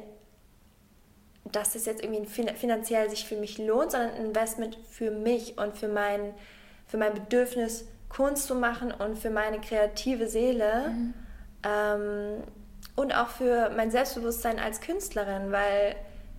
dass es jetzt irgendwie finanziell sich für mich lohnt, sondern ein Investment für mich und für mein, für mein Bedürfnis, Kunst zu machen und für meine kreative Seele mhm. ähm, und auch für mein Selbstbewusstsein als Künstlerin, weil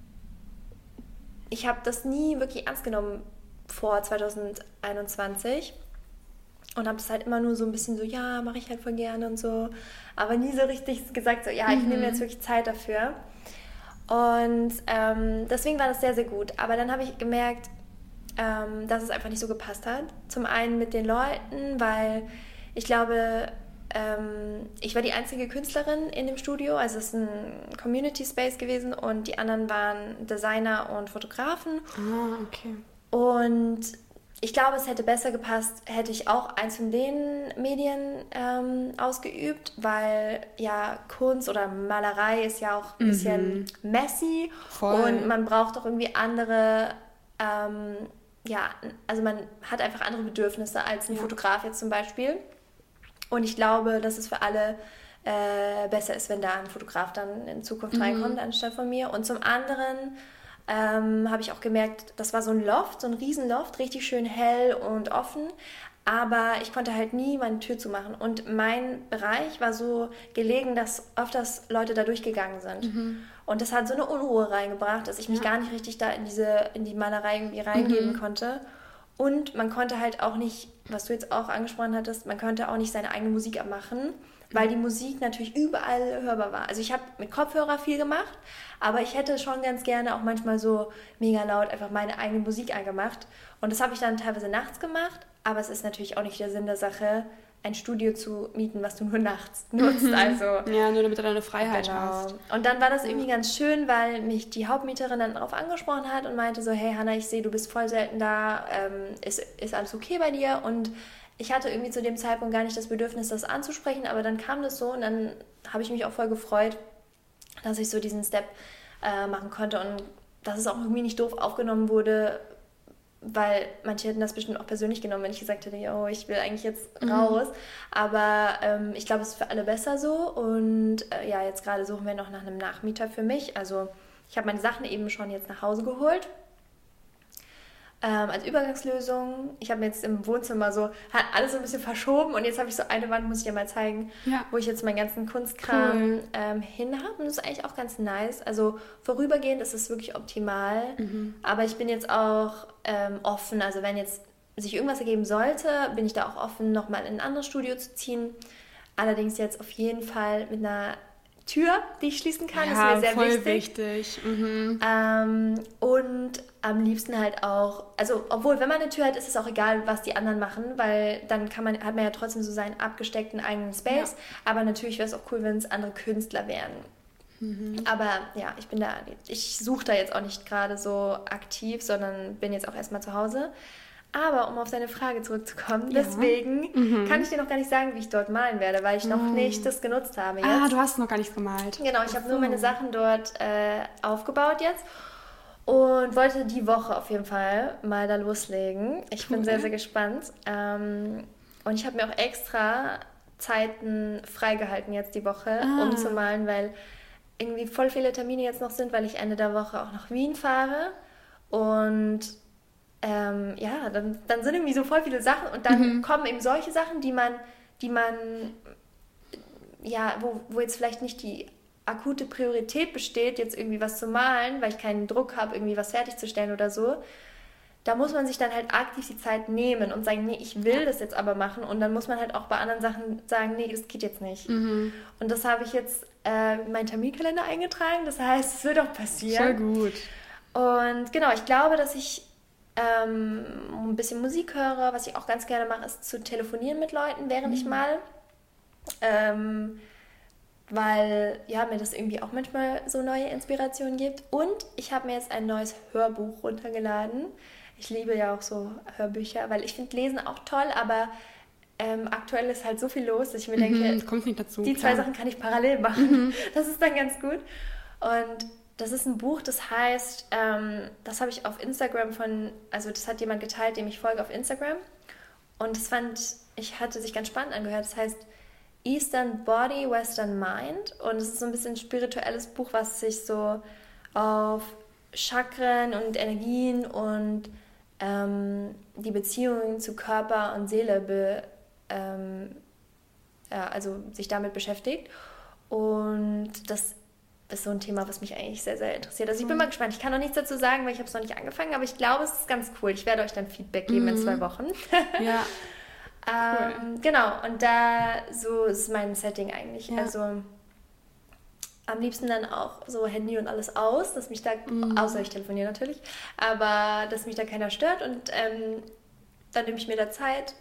ich habe das nie wirklich ernst genommen vor zwanzig einundzwanzig und habe das halt immer nur so ein bisschen so, ja, mache ich halt voll gerne und so, aber nie so richtig gesagt, so, ja, ich mhm. nehme jetzt wirklich Zeit dafür. Und ähm, deswegen war das sehr, sehr gut. Aber dann habe ich gemerkt, ähm, dass es einfach nicht so gepasst hat. Zum einen mit den Leuten, weil ich glaube... Ähm, ich war die einzige Künstlerin in dem Studio, also es ist ein Community Space gewesen und die anderen waren Designer und Fotografen. Ah, okay. Und ich glaube, es hätte besser gepasst, hätte ich auch eins von den Medien ähm, ausgeübt, weil ja Kunst oder Malerei ist ja auch ein mhm. bisschen messy. Voll. Und man braucht auch irgendwie andere, ähm, ja, also man hat einfach andere Bedürfnisse als ein ja. Fotograf jetzt zum Beispiel. Und ich glaube, dass es für alle äh, besser ist, wenn da ein Fotograf dann in Zukunft mhm. reinkommt, anstatt von mir. Und zum anderen ähm, habe ich auch gemerkt, das war so ein Loft, so ein Riesenloft, richtig schön hell und offen. Aber ich konnte halt nie meine Tür zumachen. Und mein Bereich war so gelegen, dass öfters Leute da durchgegangen sind. Mhm. Und das hat so eine Unruhe reingebracht, dass ich mich ja. gar nicht richtig da in, diese, in die Malerei irgendwie reingeben mhm. konnte. Und man konnte halt auch nicht, was du jetzt auch angesprochen hattest, man konnte auch nicht seine eigene Musik abmachen, weil die Musik natürlich überall hörbar war. Also ich habe mit Kopfhörer viel gemacht, aber ich hätte schon ganz gerne auch manchmal so mega laut einfach meine eigene Musik angemacht. Und das habe ich dann teilweise nachts gemacht, aber es ist natürlich auch nicht der Sinn der Sache, ein Studio zu mieten, was du nur nachts nutzt. Mhm. Also, ja, nur damit du deine Freiheit genau. hast. Und dann war das irgendwie ganz schön, weil mich die Hauptmieterin dann darauf angesprochen hat und meinte so, hey Hannah, ich sehe, du bist voll selten da, ähm, ist, ist alles okay bei dir? Und ich hatte irgendwie zu dem Zeitpunkt gar nicht das Bedürfnis, das anzusprechen, aber dann kam das so und dann habe ich mich auch voll gefreut, dass ich so diesen Step äh, machen konnte und dass es auch irgendwie nicht doof aufgenommen wurde, weil manche hätten das bestimmt auch persönlich genommen, wenn ich gesagt hätte, yo, ich will eigentlich jetzt raus. Mhm. Aber ähm, ich glaube, es ist für alle besser so. Und äh, ja, jetzt gerade suchen wir noch nach einem Nachmieter für mich. Also ich habe meine Sachen eben schon jetzt nach Hause geholt. Ähm, als Übergangslösung. Ich habe mir jetzt im Wohnzimmer so, hat alles so ein bisschen verschoben und jetzt habe ich so eine Wand, muss ich dir mal zeigen, ja. wo ich jetzt meinen ganzen Kunstkram cool. ähm, hin habe. Und das ist eigentlich auch ganz nice. Also vorübergehend ist es wirklich optimal. Mhm. Aber ich bin jetzt auch ähm, offen. Also wenn jetzt sich irgendwas ergeben sollte, bin ich da auch offen, nochmal in ein anderes Studio zu ziehen. Allerdings jetzt auf jeden Fall mit einer Tür, die ich schließen kann, ja, ist mir sehr voll wichtig. wichtig. Mhm. Ähm, und am liebsten halt auch, also obwohl, wenn man eine Tür hat, ist es auch egal, was die anderen machen, weil dann kann man, hat man ja trotzdem so seinen abgesteckten eigenen Space. Ja. Aber natürlich wäre es auch cool, wenn es andere Künstler wären. Mhm. Aber ja, ich bin da, ich suche da jetzt auch nicht gerade so aktiv, sondern bin jetzt auch erstmal zu Hause. Aber um auf deine Frage zurückzukommen, ja. deswegen mhm. kann ich dir noch gar nicht sagen, wie ich dort malen werde, weil ich noch mhm. nicht das genutzt habe jetzt. Ah, du hast noch gar nichts gemalt. Genau, ich habe so. nur meine Sachen dort äh, aufgebaut jetzt und wollte die Woche auf jeden Fall mal da loslegen. Ich cool. bin sehr, sehr gespannt. Ähm, und ich habe mir auch extra Zeiten freigehalten jetzt die Woche, ah. um zu malen, weil irgendwie voll viele Termine jetzt noch sind, weil ich Ende der Woche auch nach Wien fahre und Ähm, ja, dann, dann sind irgendwie so voll viele Sachen und dann mhm. kommen eben solche Sachen, die man, die man, ja, wo, wo jetzt vielleicht nicht die akute Priorität besteht, jetzt irgendwie was zu malen, weil ich keinen Druck habe, irgendwie was fertigzustellen oder so. Da muss man sich dann halt aktiv die Zeit nehmen und sagen, nee, ich will das jetzt aber machen und dann muss man halt auch bei anderen Sachen sagen, nee, das geht jetzt nicht. Mhm. Und das habe ich jetzt äh, in meinen Terminkalender eingetragen, das heißt, es wird auch passieren. Voll gut. Und genau, ich glaube, dass ich Ähm, ein bisschen Musik höre. Was ich auch ganz gerne mache, ist zu telefonieren mit Leuten, während mhm. ich mal. Ähm, weil ja, mir das irgendwie auch manchmal so neue Inspirationen gibt. Und ich habe mir jetzt ein neues Hörbuch runtergeladen. Ich liebe ja auch so Hörbücher, weil ich finde Lesen auch toll, aber ähm, aktuell ist halt so viel los, dass ich mir mhm, denke, kommt nicht dazu, die klar. zwei Sachen kann ich parallel machen. Mhm. Das ist dann ganz gut. Und das ist ein Buch, das heißt, ähm, das habe ich auf Instagram von, also das hat jemand geteilt, dem ich folge auf Instagram. Und das fand ich, hatte sich ganz spannend angehört. Das heißt Eastern Body, Western Mind. Und es ist so ein bisschen ein spirituelles Buch, was sich so auf Chakren und Energien und ähm, die Beziehungen zu Körper und Seele, be, ähm, ja, also sich damit beschäftigt. Und das ist so ein Thema, was mich eigentlich sehr, sehr interessiert. Also ich bin mal gespannt. Ich kann noch nichts dazu sagen, weil ich habe es noch nicht angefangen, aber ich glaube, es ist ganz cool. Ich werde euch dann Feedback geben mhm. in zwei Wochen. Ja. ähm, cool. Genau, und da so ist mein Setting eigentlich. Ja. Also am liebsten dann auch so Handy und alles aus, dass mich da, mhm. außer ich telefoniere natürlich, aber dass mich da keiner stört und ähm, dann nehme ich mir da Zeit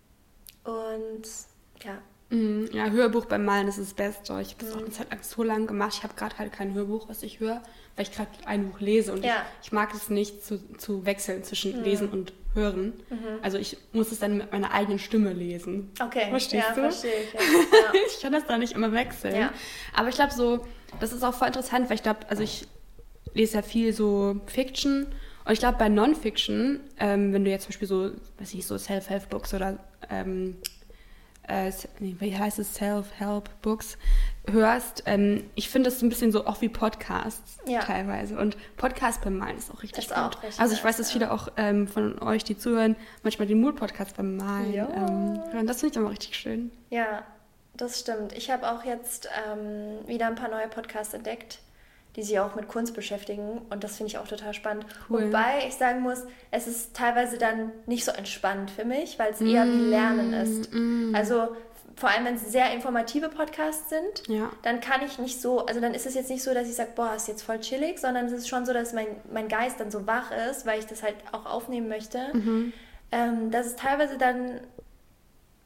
und ja. Ja, Hörbuch beim Malen ist das Beste. Ich habe das mhm. auch eine Zeit lang so lange gemacht. Ich habe gerade halt kein Hörbuch, was ich höre, weil ich gerade ein Buch lese. Und ja. ich, ich mag es nicht zu, zu wechseln zwischen mhm. Lesen und Hören. Mhm. Also ich muss es dann mit meiner eigenen Stimme lesen. Okay, verstehst ja, du? verstehe ich. Ja. Ich kann das da nicht immer wechseln. Ja. Aber ich glaube so, das ist auch voll interessant, weil ich glaube, also ich lese ja viel so Fiction. Und ich glaube bei Non-Fiction, ähm, wenn du jetzt zum Beispiel so, weiß ich, so Self-Help-Books oder ähm, Äh, wie heißt es, Self-Help-Books hörst. Ähm, ich finde das ein bisschen so auch wie Podcasts ja. teilweise. Und Podcast beim Malen ist auch richtig ist gut. Auch richtig also ich weiß, dass viele auch ähm, von euch, die zuhören, manchmal den Mood-Podcast beim Malen ja. ähm, hören. Das finde ich aber richtig schön. Ja, das stimmt. Ich habe auch jetzt ähm, wieder ein paar neue Podcasts entdeckt, die sich auch mit Kunst beschäftigen und das finde ich auch total spannend. Cool. Wobei ich sagen muss, es ist teilweise dann nicht so entspannt für mich, weil es eher mm, wie Lernen ist. Mm. Also vor allem, wenn es sehr informative Podcasts sind, ja. dann kann ich nicht so, also dann ist es jetzt nicht so, dass ich sage, boah, ist jetzt voll chillig, sondern es ist schon so, dass mein, mein Geist dann so wach ist, weil ich das halt auch aufnehmen möchte. Mhm. Ähm, dass es teilweise dann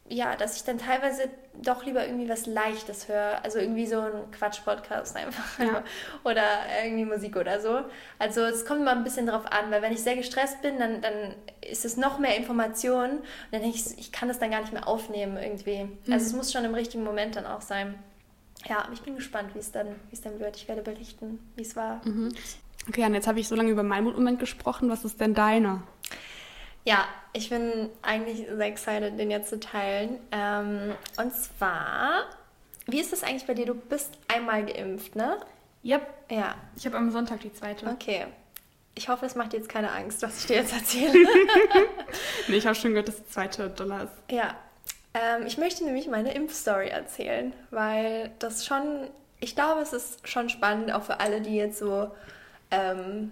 ja, dass ich dann teilweise doch lieber irgendwie was Leichtes höre. Also irgendwie so ein Quatsch-Podcast einfach. Ja. Oder irgendwie Musik oder so. Also es kommt immer ein bisschen drauf an, weil wenn ich sehr gestresst bin, dann, dann ist es noch mehr Information. Und dann denke ich, ich kann das dann gar nicht mehr aufnehmen irgendwie. Mhm. Also es muss schon im richtigen Moment dann auch sein. Ja, aber ich bin gespannt, wie es dann, wie es dann wird. Ich werde berichten, wie es war. Mhm. Okay, und jetzt habe ich so lange über meinen Moment gesprochen. Was ist denn deiner? Ja, ich bin eigentlich sehr excited, den jetzt zu teilen. Ähm, und zwar, wie ist das eigentlich bei dir? Du bist einmal geimpft, ne? Yep. Ja. Ich habe am Sonntag die zweite. Okay. Ich hoffe, es macht dir jetzt keine Angst, was ich dir jetzt erzähle. Nee, ich habe schon gehört, dass die zweite Dollar ist. Ja. Ähm, ich möchte nämlich meine Impfstory erzählen, weil das schon, ich glaube, es ist schon spannend, auch für alle, die jetzt so, ähm,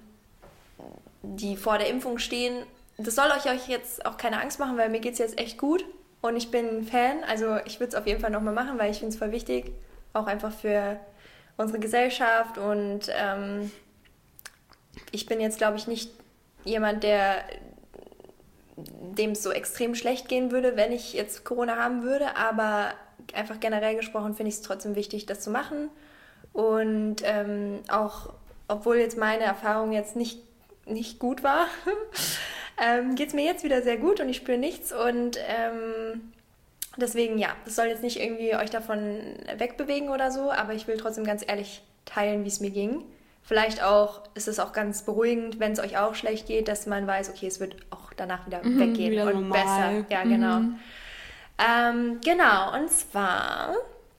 die vor der Impfung stehen. Das soll euch, euch jetzt auch keine Angst machen, weil mir geht es jetzt echt gut und ich bin ein Fan. Also ich würde es auf jeden Fall nochmal machen, weil ich finde es voll wichtig, auch einfach für unsere Gesellschaft. Und ähm, ich bin jetzt, glaube ich, nicht jemand, der dem es so extrem schlecht gehen würde, wenn ich jetzt Corona haben würde. Aber einfach generell gesprochen finde ich es trotzdem wichtig, das zu machen. Und ähm, auch, obwohl jetzt meine Erfahrung jetzt nicht, nicht gut war, Ähm, geht es mir jetzt wieder sehr gut und ich spüre nichts und ähm, deswegen, ja, das soll jetzt nicht irgendwie euch davon wegbewegen oder so, aber ich will trotzdem ganz ehrlich teilen, wie es mir ging. Vielleicht auch ist es auch ganz beruhigend, wenn es euch auch schlecht geht, dass man weiß, okay, es wird auch danach wieder mhm, weggehen wieder und normal. besser. Ja, genau. Mhm. Ähm, genau, und zwar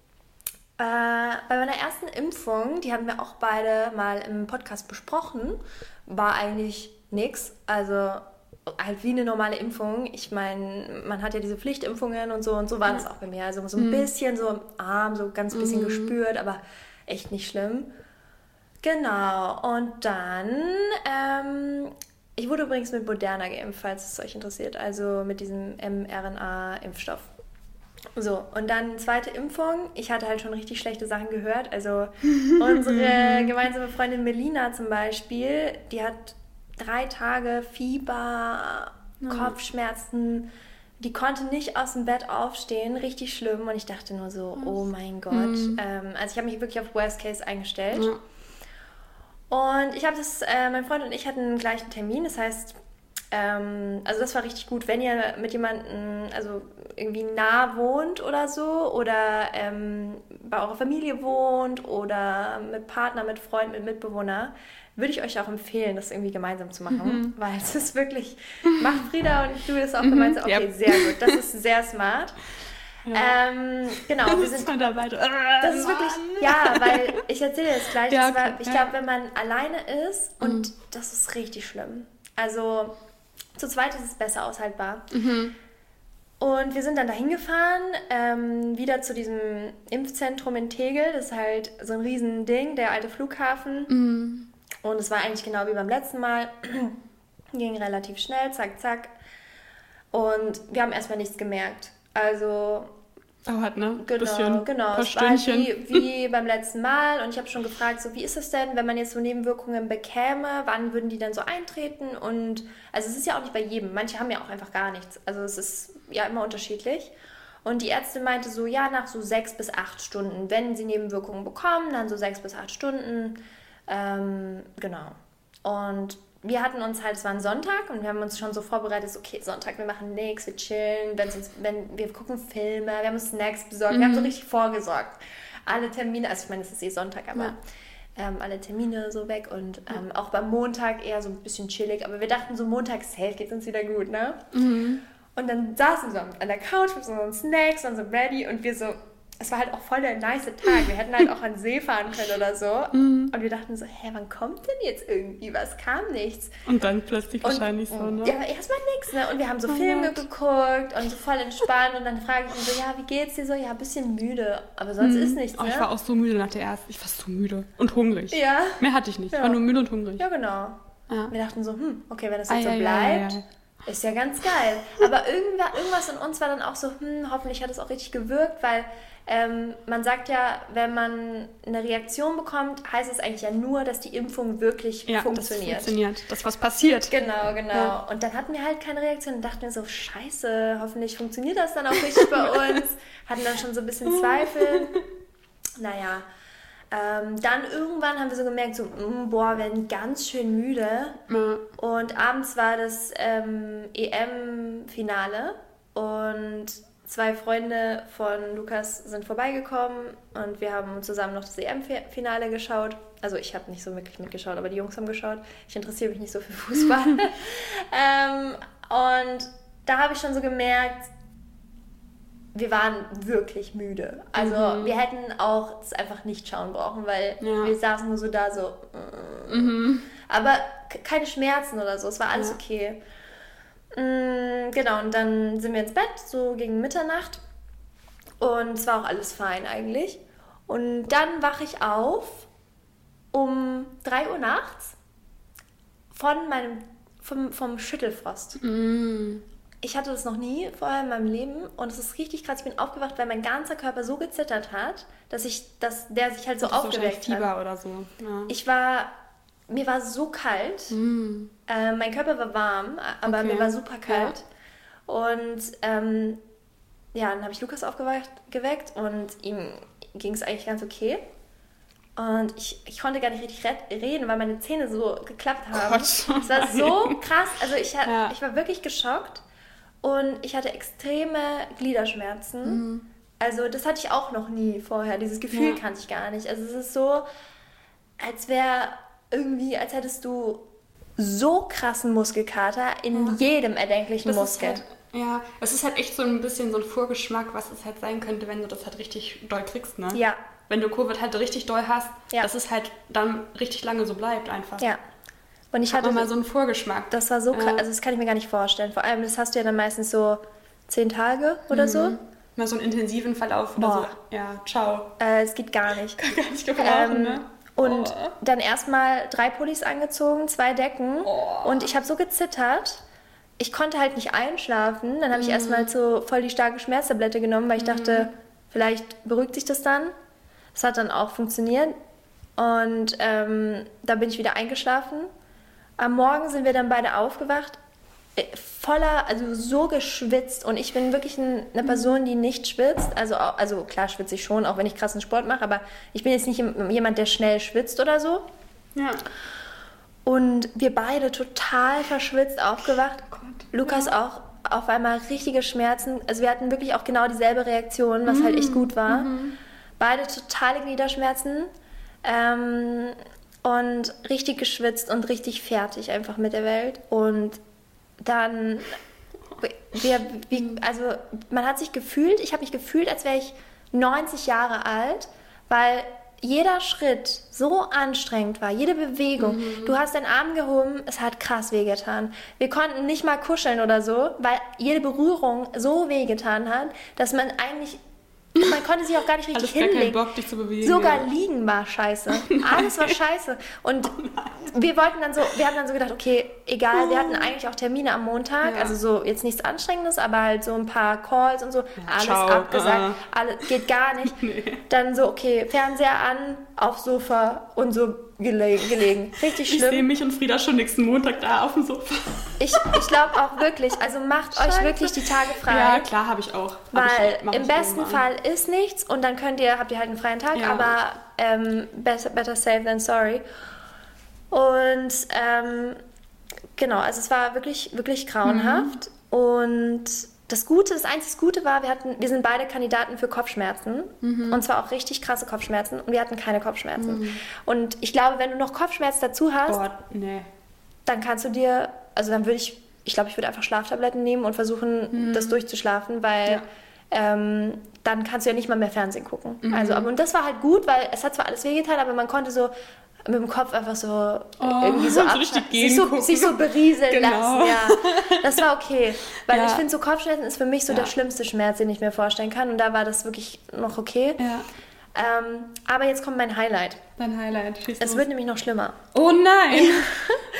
äh, bei meiner ersten Impfung, die haben wir auch beide mal im Podcast besprochen, war eigentlich nix, also halt wie eine normale Impfung. Ich meine, man hat ja diese Pflichtimpfungen und so und so war ja. das auch bei mir. Also so ein mhm. bisschen so im Arm, so ganz bisschen mhm. gespürt, aber echt nicht schlimm. Genau, und dann, ähm, ich wurde übrigens mit Moderna geimpft, falls es euch interessiert, also mit diesem mRNA-Impfstoff. So, und dann zweite Impfung. Ich hatte halt schon richtig schlechte Sachen gehört. Also unsere gemeinsame Freundin Melina zum Beispiel, die hat drei Tage Fieber, mhm. Kopfschmerzen, die konnte nicht aus dem Bett aufstehen, richtig schlimm. Und ich dachte nur so, oh mein Gott. Mhm. Ähm, also ich habe mich wirklich auf Worst Case eingestellt. Ja. Und ich habe das, äh, mein Freund und ich hatten den gleichen Termin. Das heißt, ähm, also das war richtig gut, wenn ihr mit jemandem, also irgendwie nah wohnt oder so oder ähm, bei eurer Familie wohnt oder mit Partner, mit Freund, mit Mitbewohner, würde ich euch auch empfehlen, das irgendwie gemeinsam zu machen, mhm. weil es ist wirklich, macht Frieda und du das auch gemeinsam, okay, yep. sehr gut, das ist sehr smart. Ja. Ähm, genau, wir sind, dabei. Das ist wirklich, ja, weil ich erzähle jetzt gleich, ja, okay. war, ich ja. glaube, wenn man alleine ist und mhm. das ist richtig schlimm, also zu zweit ist es besser aushaltbar. Mhm. Und wir sind dann dahin gefahren, ähm, wieder zu diesem Impfzentrum in Tegel, das ist halt so ein riesen Ding, der alte Flughafen. Mhm. Und es war eigentlich genau wie beim letzten Mal. Ging relativ schnell, zack, zack. Und wir haben erstmal nichts gemerkt. Also... Dauert, ne? Genau, bisschen, genau. Es war wie, wie beim letzten Mal. Und ich habe schon gefragt, so wie ist es denn, wenn man jetzt so Nebenwirkungen bekäme? Wann würden die dann so eintreten? Und also es ist ja auch nicht bei jedem. Manche haben ja auch einfach gar nichts. Also es ist ja immer unterschiedlich. Und die Ärztin meinte so, ja, nach so sechs bis acht Stunden. Wenn sie Nebenwirkungen bekommen, dann so sechs bis acht Stunden. Ähm, genau. Und wir hatten uns halt, es war ein Sonntag und wir haben uns schon so vorbereitet, so, okay, Sonntag, wir machen nichts, wir chillen, wenn, uns, wenn wir gucken Filme, wir haben uns Snacks besorgt, mhm. wir haben so richtig vorgesorgt. Alle Termine, also ich meine, es ist eh Sonntag, aber ja. ähm, alle Termine so weg und ähm, auch beim Montag eher so ein bisschen chillig, aber wir dachten so, Montag, safe, geht's uns wieder gut, ne? Mhm. Und dann saßen wir so an der Couch mit so unseren Snacks und so ready und wir so, es war halt auch voll der nice Tag. Wir hätten halt auch an den See fahren können oder so. Mm. Und wir dachten so, hä, wann kommt denn jetzt irgendwie was? Kam nichts. Und dann plötzlich und, wahrscheinlich so, ne? Ja, erstmal nichts, ne? Und wir haben so oh Filme Gott. geguckt und so voll entspannt. Und dann frage ich ihn so, ja, wie geht's dir so? Ja, ein bisschen müde. Aber sonst mm. ist nichts, oh, ne? Ich war auch so müde nach der ersten. Ich war so müde und hungrig. Ja. Mehr hatte ich nicht. Ja. Ich war nur müde und hungrig. Ja, genau. Ja. Wir dachten so, hm, okay, wenn das jetzt ah, so ja, bleibt... Ja, ja, ja. Ist ja ganz geil. Aber irgendwas, irgendwas in uns war dann auch so, hm, hoffentlich hat es auch richtig gewirkt, weil ähm, man sagt ja, wenn man eine Reaktion bekommt, heißt es eigentlich ja nur, dass die Impfung wirklich ja, funktioniert. Das funktioniert, dass was passiert. Genau, genau. Ja. Und dann hatten wir halt keine Reaktion und dachten wir so, scheiße, hoffentlich funktioniert das dann auch richtig bei uns. Hatten dann schon so ein bisschen Zweifel. Naja. Ähm, dann irgendwann haben wir so gemerkt, so, mh, boah, wir werden ganz schön müde. Ja. Und abends war das ähm, E M-Finale und zwei Freunde von Lukas sind vorbeigekommen und wir haben zusammen noch das E M-Finale geschaut. Also ich habe nicht so wirklich mitgeschaut, aber die Jungs haben geschaut. Ich interessiere mich nicht so für Fußball. ähm, und da habe ich schon so gemerkt, wir waren wirklich müde. Also mhm. wir hätten auch das einfach nicht schauen brauchen, weil ja. wir saßen nur so da so. Mm. Mhm. Aber k- keine Schmerzen oder so, es war alles ja. okay. Mm, genau, und dann sind wir ins Bett, so gegen Mitternacht. Und es war auch alles fein eigentlich. Und dann wache ich auf um drei Uhr nachts von meinem, vom, vom Schüttelfrost. Mhm. Ich hatte das noch nie vorher in meinem Leben und es ist richtig krass. Ich bin aufgewacht, weil mein ganzer Körper so gezittert hat, dass ich, dass der sich halt so das aufgeweckt hat. Fieber oder so. Ja. Ich war, mir war so kalt. Mm. Äh, mein Körper war warm, aber okay. mir war super kalt. Ja. Und ähm, ja, dann habe ich Lukas aufgeweckt und ihm ging es eigentlich ganz okay. Und ich, ich konnte gar nicht richtig reden, weil meine Zähne so geklappt haben. Es war so krass. Also ich, ja. ich war wirklich geschockt. Und ich hatte extreme Gliederschmerzen. Mhm. Also das hatte ich auch noch nie vorher. Dieses Gefühl ja. kannte ich gar nicht. Also es ist so, als wäre irgendwie, als hättest du so krassen Muskelkater in ja. jedem erdenklichen das Muskel. Halt, ja, es ist halt echt so ein bisschen so ein Vorgeschmack, was es halt sein könnte, wenn du das halt richtig doll kriegst, ne? Ja. Wenn du Covid halt richtig doll hast, ja. dass es halt dann richtig lange so bleibt einfach. Ja. Und ich hatte mal so einen Vorgeschmack. Das war so krass, ja. also das kann ich mir gar nicht vorstellen. Vor allem, das hast du ja dann meistens so zehn Tage oder mhm. so. Mal so einen intensiven Verlauf oder Boah. so. Ja, ciao. Äh, es geht gar nicht. Kann gar nicht gebrauchen, ähm, ne? Und oh. dann erstmal drei Pullis angezogen, zwei Decken. Oh. Und ich habe so gezittert. Ich konnte halt nicht einschlafen. Dann habe ich mhm. erstmal so voll die starke Schmerztablette genommen, weil ich mhm. dachte, vielleicht beruhigt sich das dann. Das hat dann auch funktioniert. Und ähm, da bin ich wieder eingeschlafen. Am Morgen sind wir dann beide aufgewacht, voller, also so geschwitzt. Und ich bin wirklich ein, eine Person, die nicht schwitzt. Also, also klar schwitze ich schon, auch wenn ich krassen Sport mache, aber ich bin jetzt nicht jemand, der schnell schwitzt oder so. Ja. Und wir beide total verschwitzt aufgewacht. Oh Gott. Lukas ja. auch auf einmal richtige Schmerzen. Also wir hatten wirklich auch genau dieselbe Reaktion, was mhm. halt echt gut war. Mhm. Beide totale Gliederschmerzen. Ähm... Und richtig geschwitzt und richtig fertig einfach mit der Welt. Und dann, wir, wir, also man hat sich gefühlt, ich habe mich gefühlt, als wäre ich neunzig Jahre alt, weil jeder Schritt so anstrengend war, jede Bewegung. Mhm. Du hast deinen Arm gehoben, es hat krass wehgetan. Wir konnten nicht mal kuscheln oder so, weil jede Berührung so wehgetan hat, dass man eigentlich... Man konnte sich auch gar nicht richtig Alles hinlegen. Gar keinen Bock, dich zu bewegen, Sogar ja. liegen war scheiße. Alles war scheiße. Und oh wir wollten dann so, wir haben dann so gedacht, okay, egal, wir hatten eigentlich auch Termine am Montag, ja. also so jetzt nichts Anstrengendes, aber halt so ein paar Calls und so, ja, alles ciao. abgesagt, uh-uh. alles, geht gar nicht. Nee. Dann so, okay, Fernseher an, aufs Sofa und so gelegen. gelegen. Richtig schlimm. Ich sehe mich und Frieda schon nächsten Montag da auf dem Sofa. Ich, ich glaube auch wirklich, also macht Scheiße. euch wirklich die Tage frei. Ja, klar, habe ich auch. Weil ich, im besten irgendwann. Fall ist nichts und dann könnt ihr, habt ihr halt einen freien Tag, ja. aber ähm, better, better safe than sorry. Und ähm, genau, also es war wirklich, wirklich grauenhaft. Mhm. Und das Gute, das einzige Gute war, wir hatten, wir sind beide Kandidaten für Kopfschmerzen. Mhm. Und zwar auch richtig krasse Kopfschmerzen. Und wir hatten keine Kopfschmerzen. Mhm. Und ich glaube, wenn du noch Kopfschmerzen dazu hast, Boah, nee. dann kannst du dir, also dann würde ich, ich glaube, ich würde einfach Schlaftabletten nehmen und versuchen, mhm. das durchzuschlafen, weil ja. ähm, dann kannst du ja nicht mal mehr Fernsehen gucken. Mhm. Also, aber, und das war halt gut, weil es hat zwar alles wehgetan, aber man konnte so mit dem Kopf einfach so oh, irgendwie so, ab, sich, so sich so berieseln genau. lassen. Ja. Das war okay. Weil ja. ich finde, so Kopfschmerzen ist für mich so ja. der schlimmste Schmerz, den ich mir vorstellen kann. Und da war das wirklich noch okay. Ja. Ähm, aber jetzt kommt mein Highlight. Dein Highlight. Schieß es los. wird nämlich noch schlimmer. Oh nein!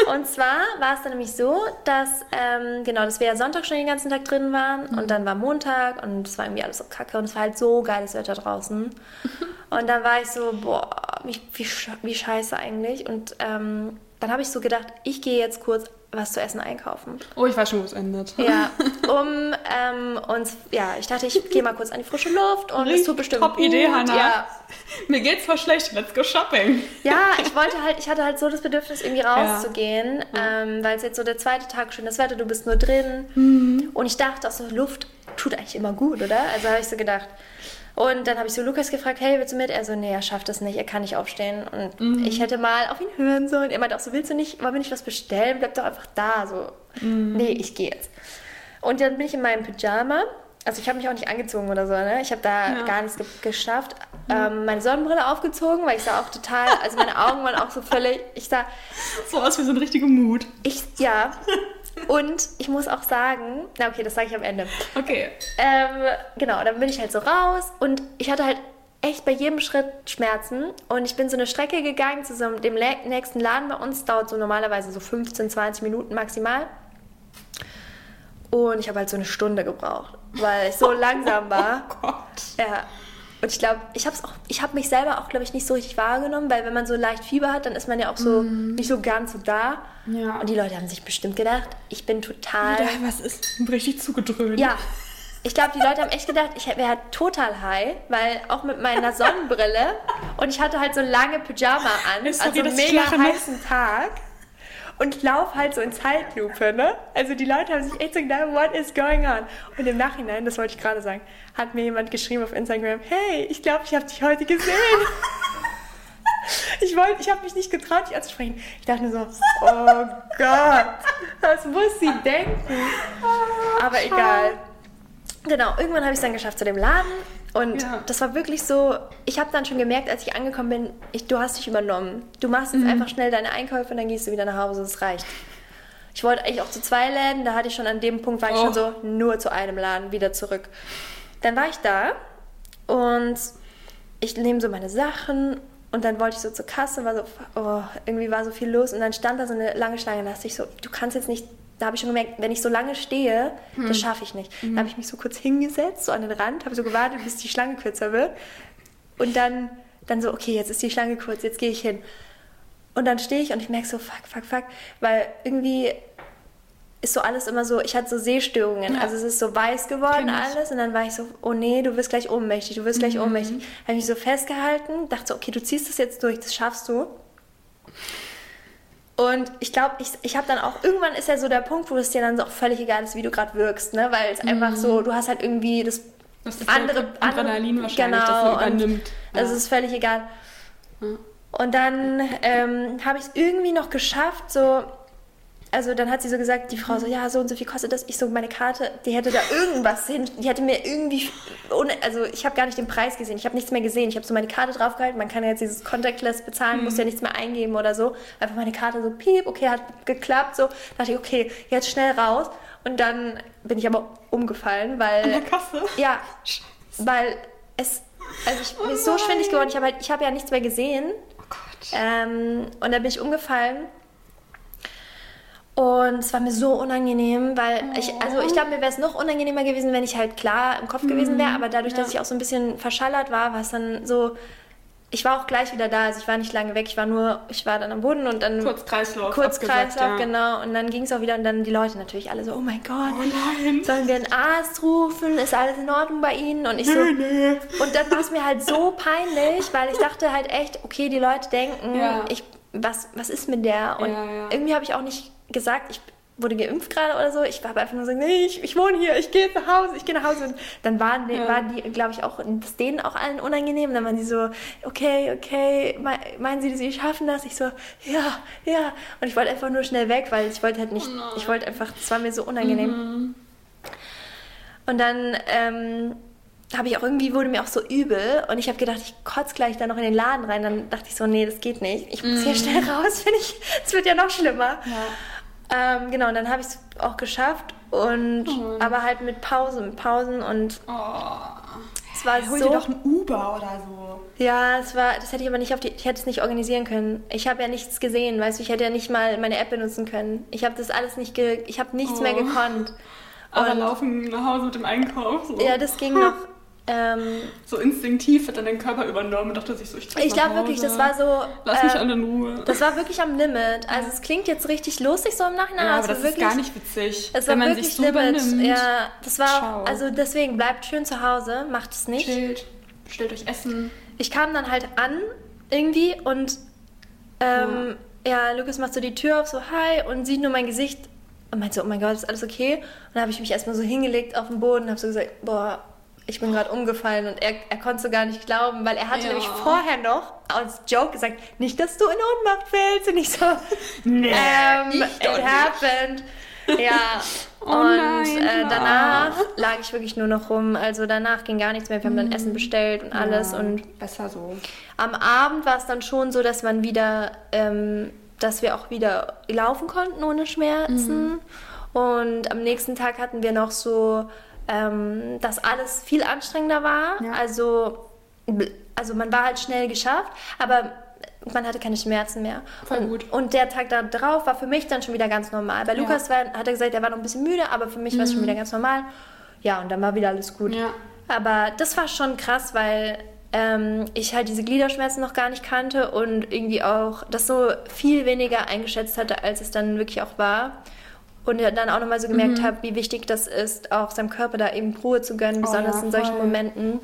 Und zwar war es dann nämlich so, dass, ähm, genau, dass wir ja Sonntag schon den ganzen Tag drin waren und dann war Montag und es war irgendwie alles so kacke und es war halt so geiles Wetter draußen. Und dann war ich so, boah, wie, wie, wie scheiße eigentlich. Und ähm, dann habe ich so gedacht, ich gehe jetzt kurz was zu essen einkaufen. Oh, ich weiß schon, wo es endet. Ja, um ähm, uns, ja, ich dachte, ich gehe mal kurz an die frische Luft und es tut bestimmt Top gut. Idee, Hannah. Ja. Mir geht's zwar schlecht, let's go shopping. Ja, ich wollte halt, ich hatte halt so das Bedürfnis, irgendwie rauszugehen, ja. ähm, weil es jetzt so der zweite Tag, schönes Wetter, du bist nur drin. Mhm. Und ich dachte auch so, Luft tut eigentlich immer gut, oder? Also habe ich so gedacht. Und dann habe ich so Lukas gefragt, hey, willst du mit? Er so, nee, er schafft das nicht, er kann nicht aufstehen. Und mhm. ich hätte mal auf ihn hören sollen. Er meinte auch so, willst du nicht, wollen wir nicht was bestellen? Bleib doch einfach da. So, mhm. nee, ich gehe jetzt. Und dann bin ich in meinem Pyjama. Also ich habe mich auch nicht angezogen oder so, ne? Ich habe da ja. gar nichts ge- geschafft. Ja. Ähm, meine Sonnenbrille aufgezogen, weil ich sah auch total, also meine Augen waren auch so völlig, ich sah... So aus wie so ein richtiger Mut. Ich, ja. Und ich muss auch sagen, na okay, das sage ich am Ende. Okay. Ähm, genau, dann bin ich halt so raus und ich hatte halt echt bei jedem Schritt Schmerzen und ich bin so eine Strecke gegangen zu so dem nächsten Laden bei uns, dauert so normalerweise so fünfzehn, zwanzig Minuten maximal. Und ich habe halt so eine Stunde gebraucht, weil ich so langsam war. Oh Gott. Ja. Und ich glaube, ich habe auch, ich habe mich selber auch, glaube ich, nicht so richtig wahrgenommen, weil wenn man so leicht Fieber hat, dann ist man ja auch so mm. nicht so ganz so da. Ja. Und die Leute haben sich bestimmt gedacht, ich bin total... Ja, was ist richtig zugedröhnt? Ja. Ich glaube, die Leute haben echt gedacht, ich wäre total high, weil auch mit meiner Sonnenbrille und ich hatte halt so lange Pyjama an, ist also einen mega heißen Tag. Und ich laufe halt so in Zeitlupe, ne? Also die Leute haben sich echt so gedacht, what is going on? Und im Nachhinein, das wollte ich gerade sagen, hat mir jemand geschrieben auf Instagram, hey, ich glaube, ich habe dich heute gesehen. ich wollte, ich habe mich nicht getraut, dich anzusprechen. Ich dachte nur so, oh Gott, was muss sie denken? Aber egal. Genau, irgendwann habe ich es dann geschafft zu dem Laden. Und ja. das war wirklich so, ich habe dann schon gemerkt, als ich angekommen bin, ich, du hast dich übernommen. Du machst jetzt mhm. einfach schnell deine Einkäufe und dann gehst du wieder nach Hause, das reicht. Ich wollte eigentlich auch zu zwei Läden, da hatte ich schon an dem Punkt, war ich oh. schon so, nur zu einem Laden, wieder zurück. Dann war ich da und ich nehme so meine Sachen und dann wollte ich so zur Kasse, war so, oh, irgendwie war so viel los und dann stand da so eine lange Schlange, da dachte ich so, du kannst jetzt nicht... Da habe ich schon gemerkt, wenn ich so lange stehe, hm. das schaffe ich nicht. Mhm. Da habe ich mich so kurz hingesetzt, so an den Rand, habe so gewartet, bis die Schlange kürzer wird. Und dann, dann so, okay, jetzt ist die Schlange kurz, jetzt gehe ich hin. Und dann stehe ich und ich merke so, fuck, fuck, fuck. Weil irgendwie ist so alles immer so, ich hatte so Sehstörungen. Ja. Also es ist so weiß geworden alles. Und dann war ich so, oh nee, du wirst gleich ohnmächtig, du wirst gleich mhm. ohnmächtig. Habe mich so festgehalten, dachte so, okay, du ziehst das jetzt durch, das schaffst du. Und ich glaube, ich, ich habe dann auch, irgendwann ist ja so der Punkt, wo es dir dann so auch völlig egal ist, wie du gerade wirkst, ne? Weil es mm. einfach so, du hast halt irgendwie das, das andere... Adrenalin wahrscheinlich, genau, das so übernimmt. Ja. Also es ist völlig egal. Ja. Und dann ähm, habe ich es irgendwie noch geschafft, so... Also dann hat sie so gesagt, die Frau so, ja, so und so viel kostet das. Ich so, meine Karte, die hätte da irgendwas hin, die hätte mir irgendwie, ohne, also ich habe gar nicht den Preis gesehen, ich habe nichts mehr gesehen. Ich habe so meine Karte draufgehalten, man kann ja jetzt dieses Contactless bezahlen, mhm. muss ja nichts mehr eingeben oder so. Einfach meine Karte so, piep, okay, hat geklappt, so. Da dachte ich, okay, jetzt schnell raus. Und dann bin ich aber umgefallen, weil... An der Kasse? Ja, weil es, also ich, mir ist so schwindig geworden, ich habe halt, ich habe ja nichts mehr gesehen. Oh Gott. Ähm, und dann bin ich umgefallen. Und es war mir so unangenehm, weil oh. ich, also ich glaube, mir wäre es noch unangenehmer gewesen, wenn ich halt klar im Kopf gewesen wäre, aber dadurch, ja. dass ich auch so ein bisschen verschallert war, war es dann so, ich war auch gleich wieder da, also ich war nicht lange weg, ich war nur, ich war dann am Boden und dann... Kurz Kreislauf. Kurz Kreislauf, ja. genau, und dann ging es auch wieder und dann die Leute natürlich alle so, oh mein Gott, oh nein. sollen wir einen Arzt rufen, ist alles in Ordnung bei Ihnen? Und ich so, nee, nee. Und dann war es mir halt so peinlich, weil ich dachte halt echt, okay, die Leute denken, ja. ich, was, was ist mit der? Und ja, ja. irgendwie habe ich auch nicht gesagt, ich wurde geimpft gerade oder so. Ich habe einfach nur gesagt, nee, ich, ich wohne hier, ich gehe jetzt nach Hause, ich gehe nach Hause. Und dann waren die, ja. waren die glaube ich, auch das denen auch allen unangenehm. Dann waren die so, okay, okay, meinen Sie, Sie schaffen das? Ich so, ja, ja. Und ich wollte einfach nur schnell weg, weil ich wollte halt nicht, oh ich wollte einfach, es war mir so unangenehm. Mhm. Und dann ähm, habe ich auch irgendwie, wurde mir auch so übel und ich habe gedacht, ich kotze gleich da noch in den Laden rein. Dann dachte ich so, nee, das geht nicht. Ich muss mhm. hier schnell raus, finde ich, es wird ja noch schlimmer. Ja. Ähm, genau, und dann habe ich es auch geschafft und oh. aber halt mit Pausen, mit Pausen und oh. es Es war Hol so... dir doch ein Uber oder so. Ja, es war, das hätte ich aber nicht auf die, ich hätte es nicht organisieren können. Ich habe ja nichts gesehen, weißt du, ich hätte ja nicht mal meine App benutzen können. Ich habe das alles nicht, ge, ich habe nichts Oh. mehr gekonnt. Aber Und- laufen nach Hause mit dem Einkauf. So. Ja, das ging noch. Ähm, So instinktiv hat dann dein Körper übernommen und dachte sich so, ich trage ich glaube wirklich, das war so. Lass mich äh, alle in Ruhe. Das war wirklich am Limit. Also es klingt jetzt richtig lustig so im Nachhinein, ja, aber aber es das war ist wirklich, gar nicht witzig. es war wenn man wirklich sich so Limit. übernimmt. Ja, das war Ciao. auch, also deswegen bleibt schön zu Hause, macht es nicht. Chillt, bestellt euch Essen. Ich kam dann halt an irgendwie und ähm, ja. Lukas macht so die Tür auf, so hi und sieht nur mein Gesicht und meint so, oh mein Gott, ist alles okay? Und dann habe ich mich erstmal so hingelegt auf den Boden und habe so gesagt, boah, ich bin gerade umgefallen und er, er konnte so gar nicht glauben, weil er hatte Ja. nämlich vorher noch als Joke gesagt, nicht, dass du in Ohnmacht fällst und ich so, Nee, ähm, ich it doch nicht. happened. Ja, Oh und nein, äh, hör danach auf. lag ich wirklich nur noch rum. Also danach ging gar nichts mehr. Wir haben dann Essen bestellt und alles. Ja, Und besser so. am Abend war es dann schon so, dass man wieder, ähm, dass wir auch wieder laufen konnten ohne Schmerzen. Und am nächsten Tag hatten wir noch so, ähm, dass alles viel anstrengender war. Ja. Also, also man war halt schnell geschafft, aber man hatte keine Schmerzen mehr. Voll und, gut. Und der Tag da drauf war für mich dann schon wieder ganz normal. Bei Ja. Lukas war, hat er gesagt, er war noch ein bisschen müde, aber für mich war es schon wieder ganz normal. Ja, und dann war wieder alles gut. Ja. Aber das war schon krass, weil ähm, ich halt diese Gliederschmerzen noch gar nicht kannte und irgendwie auch das so viel weniger eingeschätzt hatte, als es dann wirklich auch war. Und dann auch nochmal so gemerkt Mhm. habe, wie wichtig das ist, auch seinem Körper da eben Ruhe zu gönnen, Oh besonders ja, in solchen voll. Momenten.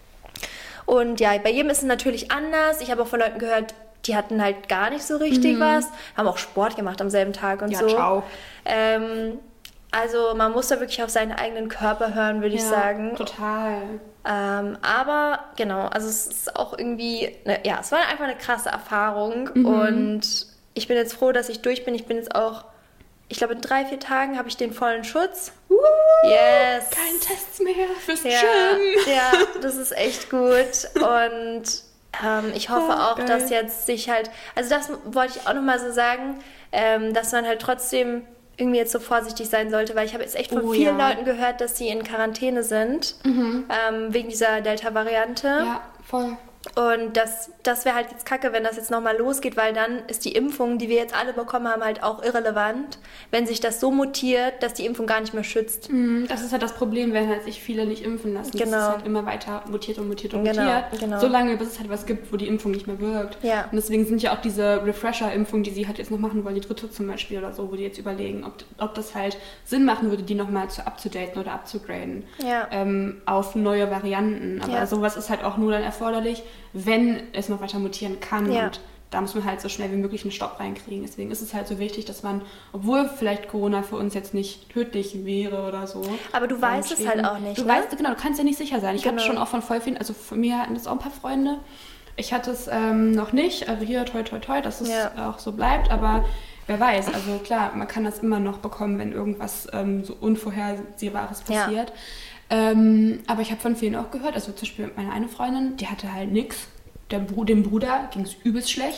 Und ja, bei jedem ist es natürlich anders. Ich habe auch von Leuten gehört, die hatten halt gar nicht so richtig was, haben auch Sport gemacht am selben Tag und Mhm. Ja, so. ciao. Ähm, also man muss da wirklich auf seinen eigenen Körper hören, würde ich Ja, sagen. total. Ähm, aber genau, also es ist auch irgendwie, ne, ja, es war einfach eine krasse Erfahrung Mhm. und ich bin jetzt froh, dass ich durch bin. Ich bin jetzt auch, ich glaube in drei, vier Tagen habe ich den vollen Schutz. Uh, Yes. Keine Tests mehr fürs Ja, Gym. ja, das ist echt gut und ähm, ich hoffe Ja, auch, geil. dass jetzt sich halt, also das wollte ich auch nochmal so sagen, ähm, dass man halt trotzdem irgendwie jetzt so vorsichtig sein sollte, weil ich habe jetzt echt von Oh, vielen ja. Leuten gehört, dass sie in Quarantäne sind, ähm, wegen dieser Delta-Variante. Ja, voll. Und das, das wäre halt jetzt kacke, wenn das jetzt nochmal losgeht, weil dann ist die Impfung, die wir jetzt alle bekommen haben, halt auch irrelevant, wenn sich das so mutiert, dass die Impfung gar nicht mehr schützt. Mhm, Das ist halt das Problem, wenn halt sich viele nicht impfen lassen. Das Genau. ist halt immer weiter mutiert und mutiert und Genau, mutiert. genau. So lange, bis es halt was gibt, wo die Impfung nicht mehr wirkt. Ja. Und deswegen sind ja auch diese Refresher-Impfungen, die sie halt jetzt noch machen wollen, die dritte zum Beispiel oder so, wo die jetzt überlegen, ob, ob das halt Sinn machen würde, die nochmal zu abzudaten oder abzugraden. Ja. Ähm, auf neue Varianten. Aber Ja. sowas ist halt auch nur dann erforderlich, wenn es noch weiter mutieren kann. Ja. Und da muss man halt so schnell wie möglich einen Stopp reinkriegen. Deswegen ist es halt so wichtig, dass man, obwohl vielleicht Corona für uns jetzt nicht tödlich wäre oder so. Aber du weißt es halt auch nicht, Du ne? weißt, genau, du kannst ja nicht sicher sein. Ich Genau. habe schon auch von voll vielen, also von mir hatten das auch ein paar Freunde. Ich hatte es ähm, noch nicht, also hier toi toi toi, dass es Ja. auch so bleibt, aber wer weiß, also klar, man kann das immer noch bekommen, wenn irgendwas ähm, so Unvorhersehbares Ja. passiert. Ähm, aber ich habe von vielen auch gehört, also zum Beispiel meine eine Freundin, die hatte halt nix. Der Bru dem Bruder ging es übelst schlecht.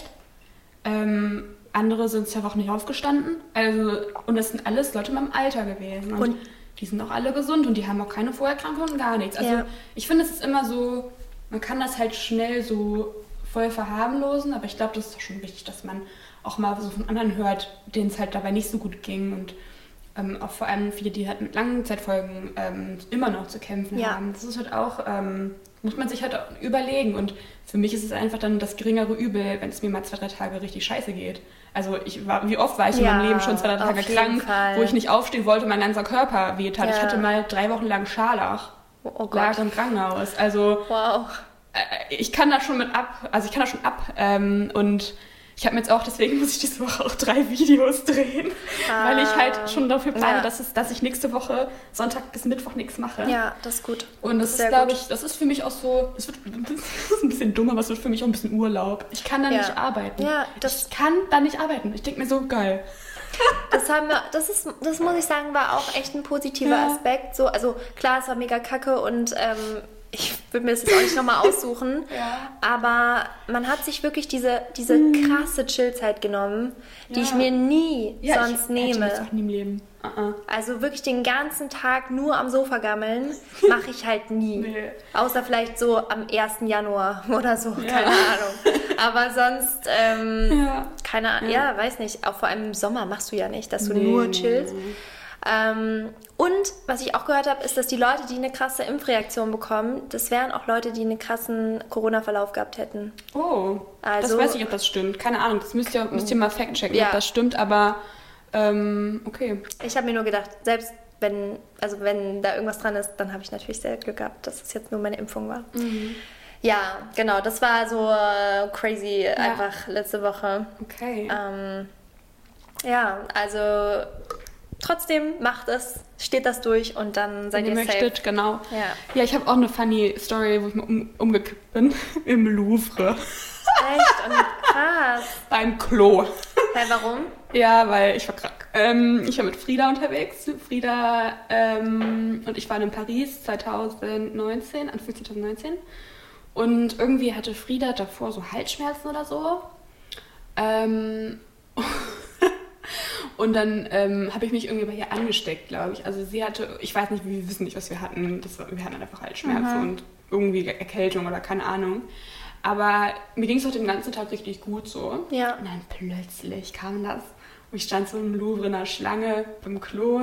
Ähm, andere sind zwei Wochen nicht aufgestanden. Also, und das sind alles Leute in meinem Alter gewesen. Und, Und- die sind auch alle gesund und die haben auch keine Vorerkrankungen, gar nichts. Also Ja. ich finde, es ist immer so, man kann das halt schnell so voll verharmlosen, aber ich glaube, das ist doch schon wichtig, dass man auch mal so von anderen hört, denen es halt dabei nicht so gut ging und ähm, auch vor allem viele, die halt mit Langzeitfolgen ähm, immer noch zu kämpfen Ja. haben. Das ist halt auch, ähm, muss man sich halt auch überlegen. Und für mich ist es einfach dann das geringere Übel, wenn es mir mal zwei, drei Tage richtig scheiße geht. Also ich war, wie oft war ich in Ja, meinem Leben schon zwei, drei auf Tage jeden krank, Fall. wo ich nicht aufstehen wollte, mein ganzer Körper wehtat. Ich Ja. hatte mal drei Wochen lang Scharlach, Oh, oh lag Gott. im Krankenhaus. Also Wow. äh, ich kann da schon mit ab, also ich kann da schon ab ähm, und ich habe mir jetzt auch, deswegen muss ich diese Woche auch drei Videos drehen, Ah, weil ich halt schon dafür plane, ja. dass, es, dass ich nächste Woche Sonntag bis Mittwoch nichts mache. Ja, das ist gut. Und das ist, Sehr glaube gut. ich, das ist für mich auch so, das, wird, das ist ein bisschen dumm, aber es wird für mich auch ein bisschen Urlaub. Ich kann da Ja. nicht arbeiten. Ja, das- ich kann da nicht arbeiten. Ich denke mir so, geil. Das haben wir, das ist, das muss ich sagen, war auch echt ein positiver Ja. Aspekt. So, also klar, es war mega kacke und ähm, ich würde mir das jetzt auch nicht nochmal aussuchen, Ja. aber man hat sich wirklich diese, diese krasse Chillzeit genommen, die Ja. ich mir nie Ja, sonst ich nehme. Hätte das auch nie im Leben. Uh-uh. Also wirklich den ganzen Tag nur am Sofa gammeln, mache ich halt nie. Nee. Außer vielleicht so am ersten Januar oder so, Ja. keine Ahnung. Aber sonst, ähm, Ja. keine Ahnung, ja. Ja. weiß nicht, auch vor allem im Sommer machst du ja nicht, dass du Nee, nur nee, chillst. nee. Ähm, und was ich auch gehört habe, ist, dass die Leute, die eine krasse Impfreaktion bekommen, das wären auch Leute, die einen krassen Corona-Verlauf gehabt hätten. Oh, Also- das weiß ich, ob das stimmt. Keine Ahnung, das müsst ihr, müsst ihr mal fact-checken, Ja. ob das stimmt, aber ähm, okay. Ich habe mir nur gedacht, selbst wenn, also wenn da irgendwas dran ist, dann habe ich natürlich sehr Glück gehabt, dass es jetzt nur meine Impfung war. Mhm. Ja, genau, das war so äh, crazy einfach letzte Woche. Okay. Ähm, ja, also trotzdem macht es, steht das durch und dann seid Wenn ihr ihr safe. möchtet, genau. Ja. Ja, ich habe auch eine funny Story, wo ich mal um, umgekippt bin. Im Louvre. Echt? Und krass. Beim Klo. Hä, warum? Ja, weil ich war krank. Ähm, ich war mit Frieda unterwegs. Frieda ähm, und ich waren in Paris zwanzig neunzehn, Anfang zwanzig neunzehn. Und irgendwie hatte Frieda davor so Halsschmerzen oder so. Ähm, und dann ähm, habe ich mich irgendwie bei ihr angesteckt, glaube ich. Also sie hatte, ich weiß nicht, wir wissen nicht, was wir hatten. Das war, wir hatten einfach Halsschmerzen und irgendwie Erkältung oder keine Ahnung. Aber mir ging es auch den ganzen Tag richtig gut so. Ja. Und dann plötzlich kam das. Und ich stand so im Louvre in der Schlange beim Klo.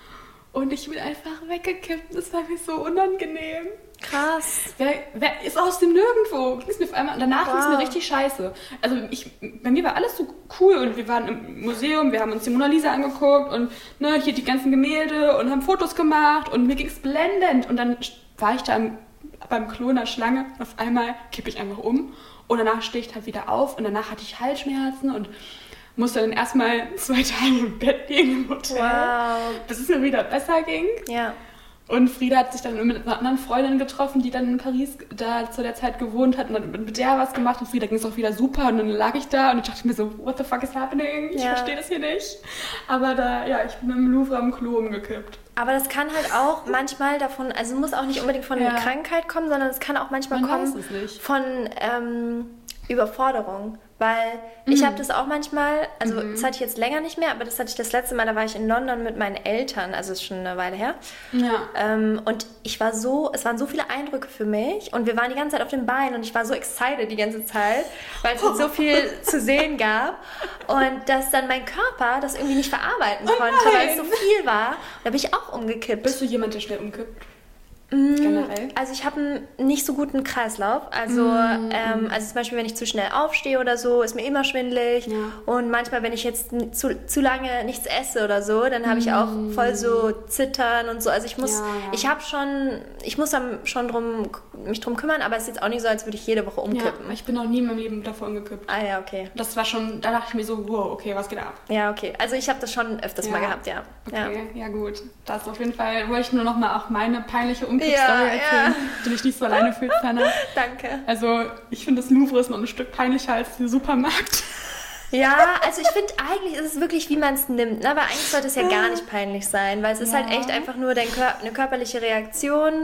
Und ich bin einfach weggekippt. Das war mir so unangenehm. Krass. Wer, wer ist aus dem Nirgendwo? Ging's mir auf einmal, danach ging es Wow. mir richtig scheiße. Also ich, bei mir war alles so cool und wir waren im Museum, wir haben uns die Mona Lisa angeguckt und ne, hier die ganzen Gemälde und haben Fotos gemacht und mir ging es blendend. Und dann war ich da im, beim Klo in der Schlange, auf einmal kippe ich einfach um und danach stehe ich halt wieder auf und danach hatte ich Halsschmerzen und musste dann erstmal zwei Tage im Bett liegen im Hotel, Wow. bis es mir wieder besser ging. Ja. Und Frieda hat sich dann mit einer anderen Freundin getroffen, die dann in Paris da zu der Zeit gewohnt hat und hat mit der was gemacht und Frieda ging es auch wieder super und dann lag ich da und ich dachte mir so, what the fuck is happening? Ich Ja. verstehe das hier nicht. Aber da, ja, ich bin im Louvre am Klo umgekippt. Aber das kann halt auch manchmal davon, also muss auch nicht unbedingt von Ja. einer Krankheit kommen, sondern es kann auch manchmal Man kommen weiß es nicht. von ähm, Überforderung. Weil ich habe das auch manchmal, also das hatte ich jetzt länger nicht mehr, aber das hatte ich das letzte Mal, da war ich in London mit meinen Eltern, also ist schon eine Weile her. Ja. Ähm, und ich war so, es waren so viele Eindrücke für mich und wir waren die ganze Zeit auf den Beinen und ich war so excited die ganze Zeit, weil es so viel zu sehen gab und dass dann mein Körper das irgendwie nicht verarbeiten Oh konnte, weil es so nein. viel war. Da bin ich auch umgekippt. Bist du jemand, der schnell umkippt? Generell? Also ich habe einen nicht so guten Kreislauf. Also, Mm. ähm, also zum Beispiel, wenn ich zu schnell aufstehe oder so, ist mir immer schwindelig. Ja. Und manchmal, wenn ich jetzt n- zu, zu lange nichts esse oder so, dann habe ich auch voll so Zittern und so. Also ich muss, Mm. Ja, ja. ich habe schon, ich muss dann schon drum, mich drum kümmern, aber es ist jetzt auch nicht so, als würde ich jede Woche Ja, umkippen. ich bin noch nie in meinem Leben davor umgekippt. Ah ja, okay. Das war schon, da dachte ich mir so, wow, okay, was geht ab? Ja, okay. Also ich habe das schon öfters Ja. mal gehabt, ja. Ja. Okay, ja, gut. Das auf jeden Fall wollte ich nur noch mal auch meine peinliche Umkipp-Story Ja, erzählen, ja. die dich nicht so alleine fühlst, Hannah. Danke. Also, ich finde, das Louvre ist noch ein Stück peinlicher als der Supermarkt. Ja, also ich finde, eigentlich ist es wirklich, wie man es nimmt. Ne? Aber eigentlich sollte es ja gar nicht peinlich sein, weil es ist Ja. halt echt einfach nur dein Kör eine körperliche Reaktion.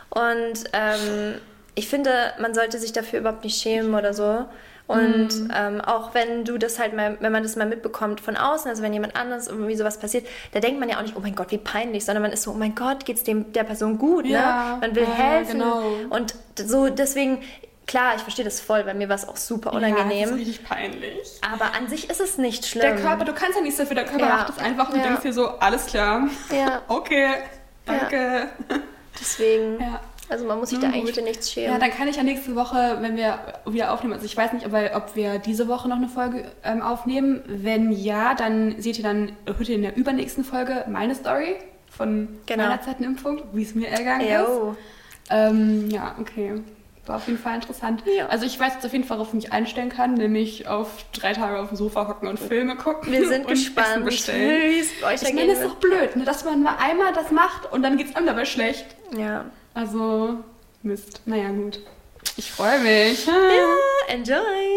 Und ähm, ich finde, man sollte sich dafür überhaupt nicht schämen oder so. Und Mhm. ähm, auch wenn du das halt mal, wenn man das mal mitbekommt von außen, also wenn jemand anders irgendwie sowas passiert, da denkt man ja auch nicht, oh mein Gott, wie peinlich, sondern man ist so, oh mein Gott, geht's dem der Person gut, Ja, ne? Man will ja, helfen. genau. Und so deswegen, klar, ich verstehe das voll, bei mir war es auch super unangenehm. Ja, das ist richtig peinlich. Aber an sich ist es nicht schlimm. Der Körper, du kannst ja nichts dafür, der Körper Ja. macht es einfach und Ja. du denkst dir so, alles klar, Ja, okay, danke. deswegen. Ja. Also man muss sich Nun da eigentlich gut. für nichts Ja, schämen. dann kann ich ja nächste Woche, wenn wir wieder aufnehmen, also ich weiß nicht, ob wir, ob wir diese Woche noch eine Folge ähm, aufnehmen. Wenn ja, dann seht ihr dann, hört ihr in der übernächsten Folge meine Story von Genau. meiner zweiten Impfung, wie es mir ergangen ist. Jo. Ähm, ja, okay. War auf jeden Fall interessant. Ja. Also ich weiß jetzt auf jeden Fall, worauf ich mich einstellen kann, nämlich auf drei Tage auf dem Sofa hocken und Filme gucken. Wir sind und gespannt, Essen bestellen. wie es bei euch Ich meine, ergehen das ist doch blöd, ne, dass man mal einmal das macht und dann geht es einem dabei schlecht. wird. Ja. Also, Mist. Naja, gut. Ich freue mich. Ja, enjoy.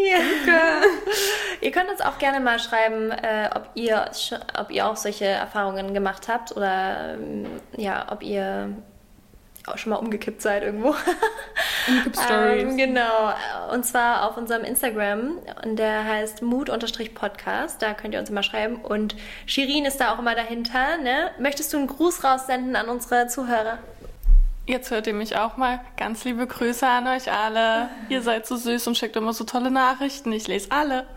Danke. Ihr könnt uns auch gerne mal schreiben, äh, ob ihr sch- ob ihr auch solche Erfahrungen gemacht habt oder ähm, ja, ob ihr auch schon mal umgekippt seid irgendwo. Umkipp-Stories. ähm, genau. Und zwar auf unserem Instagram. Und der heißt Mut-Podcast. Da könnt ihr uns immer schreiben. Und Shirin ist da auch immer dahinter. Ne? Möchtest du einen Gruß raussenden an unsere Zuhörer? Jetzt hört ihr mich auch mal. Ganz liebe Grüße an euch alle. Ihr seid so süß und schickt immer so tolle Nachrichten. Ich lese alle.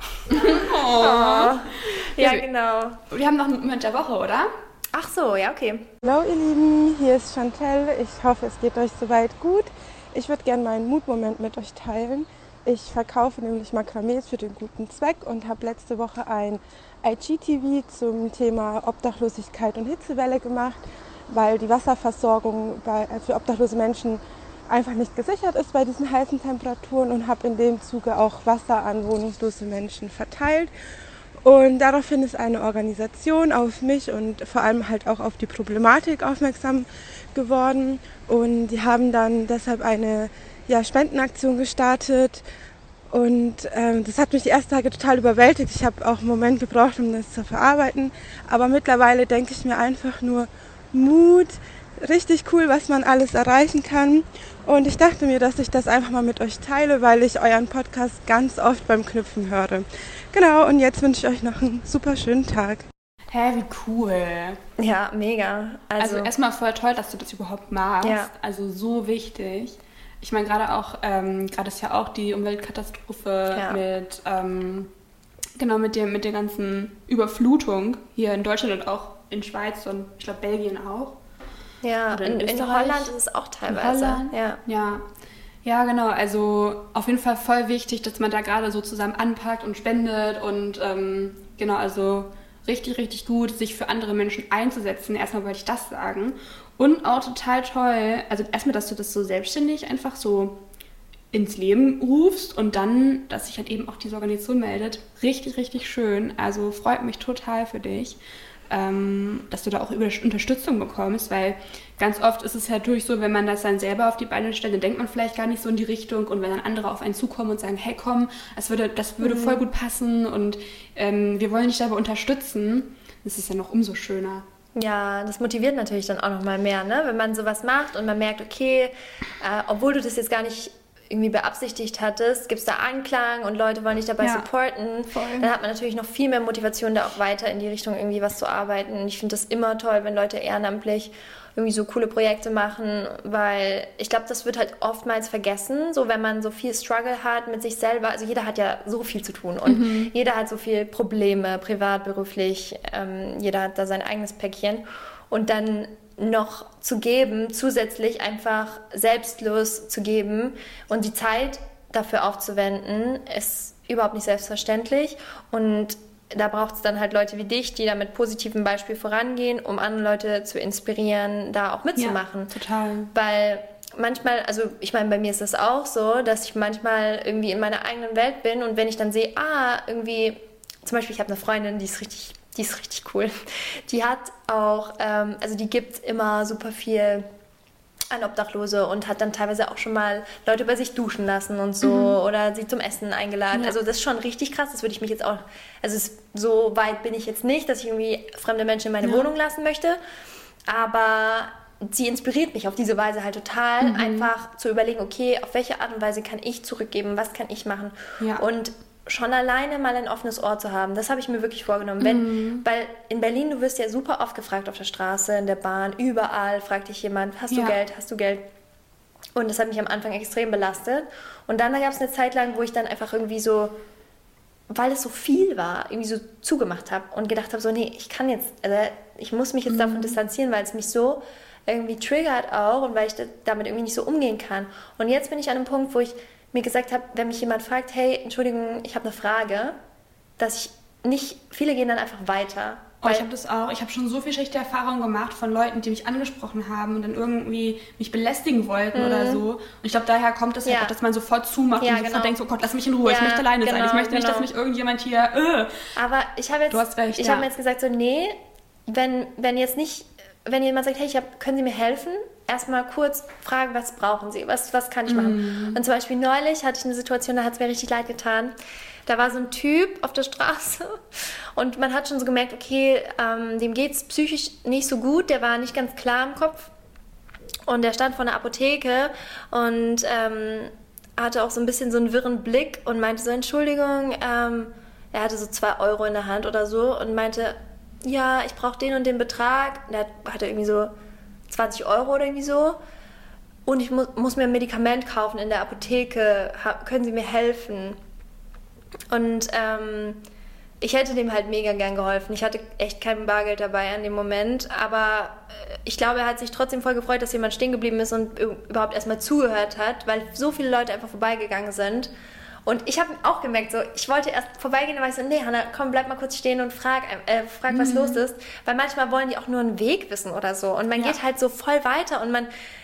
Oh. Ja, Ja, genau. Wir haben noch einen Moment der Woche, oder? Ach so, ja, okay. Hallo ihr Lieben, hier ist Chantel. Ich hoffe, es geht euch soweit gut. Ich würde gerne meinen Mutmoment mit euch teilen. Ich verkaufe nämlich Makramees für den guten Zweck und habe letzte Woche ein I G T V zum Thema Obdachlosigkeit und Hitzewelle gemacht, weil die Wasserversorgung bei, für obdachlose Menschen einfach nicht gesichert ist bei diesen heißen Temperaturen, und habe in dem Zuge auch Wasser an wohnungslose Menschen verteilt. Und daraufhin ist eine Organisation auf mich und vor allem halt auch auf die Problematik aufmerksam geworden. Und die haben dann deshalb eine ja, Spendenaktion gestartet. Und ähm, das hat mich die ersten Tage total überwältigt. Ich habe auch einen Moment gebraucht, um das zu verarbeiten. Aber mittlerweile denke ich mir einfach nur, Mut, richtig cool, was man alles erreichen kann. Und ich dachte mir, dass ich das einfach mal mit euch teile, weil ich euren Podcast ganz oft beim Knüpfen höre. Genau, und jetzt wünsche ich euch noch einen super schönen Tag. Hä, wie cool. Ja, mega. Also, Also, erstmal voll toll, dass du das überhaupt machst. Ja. Also so wichtig. Ich meine, gerade auch, ähm, gerade ist ja auch die Umweltkatastrophe Ja. mit, ähm, genau, mit der, mit der ganzen Überflutung hier in Deutschland und auch in Schweiz und ich glaube Belgien auch. ja, oder in in, in Österreich, Holland ist es auch In teilweise. Holland. Ja. Ja. Ja, genau. Also auf jeden Fall voll wichtig, dass man da gerade so zusammen anpackt und spendet und ähm, genau, also richtig, richtig gut, sich für andere Menschen einzusetzen. Erstmal wollte ich das sagen. Und auch total toll, also erstmal, dass du das so selbstständig einfach so ins Leben rufst und dann, dass sich halt eben auch diese Organisation meldet. Richtig, richtig schön. Also freut mich total für dich, ähm, dass du da auch über Unterstützung bekommst, weil ganz oft ist es ja durch so, wenn man das dann selber auf die Beine stellt, dann denkt man vielleicht gar nicht so in die Richtung, und wenn dann andere auf einen zukommen und sagen, hey komm, das würde, das würde voll gut passen und ähm, wir wollen dich dabei unterstützen, das ist ja noch umso schöner. Ja, das motiviert natürlich dann auch nochmal mehr, ne? Wenn man sowas macht und man merkt, okay, äh, obwohl du das jetzt gar nicht irgendwie beabsichtigt hattest, gibt es da Anklang und Leute wollen dich dabei Ja, supporten, voll. dann hat man natürlich noch viel mehr Motivation, da auch weiter in die Richtung irgendwie was zu arbeiten. Und ich finde das immer toll, wenn Leute ehrenamtlich irgendwie so coole Projekte machen, weil ich glaube, das wird halt oftmals vergessen, so wenn man so viel Struggle hat mit sich selber. Also jeder hat ja so viel zu tun und Mhm. jeder hat so viele Probleme, privat, beruflich, ähm, jeder hat da sein eigenes Päckchen. Und dann noch zu geben, zusätzlich einfach selbstlos zu geben und die Zeit dafür aufzuwenden, ist überhaupt nicht selbstverständlich. Und da braucht es dann halt Leute wie dich, die da mit positivem Beispiel vorangehen, um andere Leute zu inspirieren, da auch mitzumachen. Ja, total. Weil manchmal, also ich meine, bei mir ist das auch so, dass ich manchmal irgendwie in meiner eigenen Welt bin und wenn ich dann sehe, ah, irgendwie, zum Beispiel, ich habe eine Freundin, die ist richtig, die ist richtig cool. Die hat auch, ähm, also die gibt immer super viel an Obdachlose und hat dann teilweise auch schon mal Leute bei sich duschen lassen und so oder sie zum Essen eingeladen. Ja. Also das ist schon richtig krass, das würde ich mich jetzt auch, also es, so weit bin ich jetzt nicht, dass ich irgendwie fremde Menschen in meine Ja. Wohnung lassen möchte, aber sie inspiriert mich auf diese Weise halt total, einfach zu überlegen, okay, auf welche Art und Weise kann ich zurückgeben, was kann ich machen Ja. und schon alleine mal ein offenes Ohr zu haben, das habe ich mir wirklich vorgenommen. Wenn, weil in Berlin, du wirst ja super oft gefragt auf der Straße, in der Bahn, überall fragt dich jemand, hast du Ja. Geld, hast du Geld? Und das hat mich am Anfang extrem belastet. Und dann gab es eine Zeit lang, wo ich dann einfach irgendwie so, weil es so viel war, irgendwie so zugemacht habe und gedacht habe, so nee, ich kann jetzt, also ich muss mich jetzt davon distanzieren, weil es mich so irgendwie triggert auch und weil ich da- damit irgendwie nicht so umgehen kann. Und jetzt bin ich an einem Punkt, wo ich mir gesagt habe, wenn mich jemand fragt, hey, Entschuldigung, ich habe eine Frage, dass ich nicht, viele gehen dann einfach weiter. Oh, Weil- ich habe das auch. Ich habe schon so viel schlechte Erfahrungen gemacht von Leuten, die mich angesprochen haben und dann irgendwie mich belästigen wollten oder so. Und ich glaube, daher kommt es Ja. halt auch, dass man sofort zumacht Ja, und genau. sofort denkt, so, oh Gott, lass mich in Ruhe, ich Ja, möchte alleine sein. genau, Ich möchte nicht, genau. dass mich irgendjemand hier... Äh. Aber ich habe jetzt, Du hast recht, ich ja. habe mir jetzt gesagt, so nee, wenn, wenn jetzt nicht, wenn jemand sagt, hey, ich hab, können Sie mir helfen? Erstmal kurz fragen, was brauchen Sie? Was, was kann ich machen? Und zum Beispiel neulich hatte ich eine Situation, da hat es mir richtig leid getan. Da war so ein Typ auf der Straße und man hat schon so gemerkt, okay, ähm, dem geht es psychisch nicht so gut, der war nicht ganz klar im Kopf. Und der stand vor einer Apotheke und ähm, hatte auch so ein bisschen so einen wirren Blick und meinte so, Entschuldigung, ähm, er hatte so zwei Euro in der Hand oder so und meinte, ja, ich brauche den und den Betrag. Der hatte irgendwie so zwanzig Euro oder irgendwie so. Und ich mu- muss mir ein Medikament kaufen in der Apotheke. Ha- können Sie mir helfen? Und ähm, ich hätte dem halt mega gern geholfen. Ich hatte echt kein Bargeld dabei an dem Moment. Aber ich glaube, er hat sich trotzdem voll gefreut, dass jemand stehen geblieben ist und überhaupt erstmal zugehört hat, weil so viele Leute einfach vorbeigegangen sind. Und ich habe auch gemerkt, so, ich wollte erst vorbeigehen, dann war ich so, nee, Hannah, komm, bleib mal kurz stehen und frag, äh, frag was mhm. los ist. Weil manchmal wollen die auch nur einen Weg wissen oder so. Und man ja. geht halt so voll weiter und man,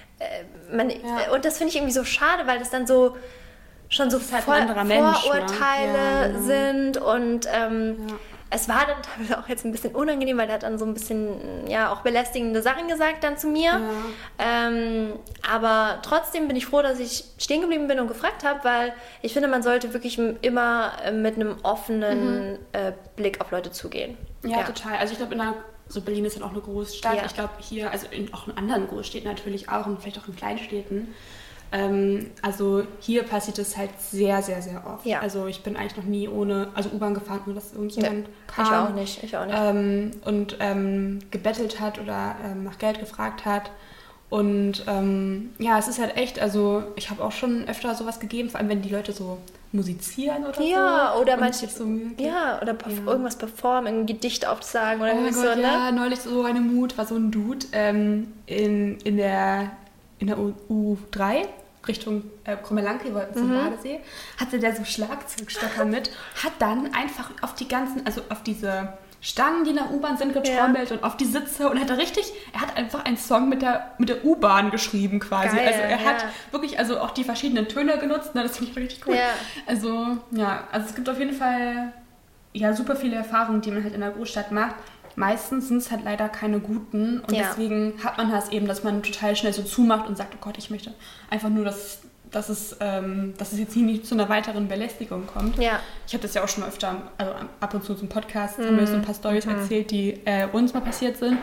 äh, man ja. und das finde ich irgendwie so schade, weil das dann so schon so halt Vor- Mensch, Vorurteile ne? ja, genau. sind und ähm, ja. es war dann teilweise auch jetzt ein bisschen unangenehm, weil er hat dann so ein bisschen, ja, auch belästigende Sachen gesagt dann zu mir. Ja. Ähm, aber trotzdem bin ich froh, dass ich stehen geblieben bin und gefragt habe, weil ich finde, man sollte wirklich immer mit einem offenen mhm. äh, Blick auf Leute zugehen. Ja, ja. total. Also ich glaube, in einer, so Berlin ist halt auch eine Großstadt. Ja. Ich glaube, hier, also in, auch in anderen Großstädten natürlich auch und vielleicht auch in Kleinstädten. Ähm, also hier passiert es halt sehr, sehr, sehr oft. Ja. Also ich bin eigentlich noch nie ohne, also U-Bahn gefahren, nur dass irgendjemand ja. kam. Ich auch nicht, ich auch nicht. Ähm, und ähm, gebettelt hat oder ähm, nach Geld gefragt hat. Und ähm, ja, es ist halt echt, also ich habe auch schon öfter sowas gegeben, vor allem wenn die Leute so musizieren oder ja, so. Oder manche, so ja, oder perf- ja. irgendwas performen, ein Gedicht aufzusagen oder oh irgendwie Gott, so, ne? Ja, neulich so eine Mut, war so ein Dude ähm, in, in der, in der U drei Richtung äh, Krummelanke, wir wollten zum mhm. Badesee, hatte der so Schlagzeugstöcker mit, hat dann einfach auf die ganzen, also auf diese Stangen, die in der U-Bahn sind, getrommelt ja. und auf die Sitze und hat da richtig, er hat einfach einen Song mit der, mit der U-Bahn geschrieben quasi. Geil, also er ja. hat wirklich also auch die verschiedenen Töne genutzt, ne, das finde ich richtig cool. Ja. Also ja, also es gibt auf jeden Fall ja super viele Erfahrungen, die man halt in der Großstadt macht. Meistens sind es halt leider keine guten und ja. deswegen hat man das eben, dass man total schnell so zumacht und sagt, oh Gott, ich möchte einfach nur, dass, dass, es, ähm, dass es jetzt hier nicht zu einer weiteren Belästigung kommt. Ja. Ich habe das ja auch schon mal öfter, also ab und zu zum Podcast, mhm. haben wir so ein paar Storys mhm. erzählt, die äh, uns mal passiert sind.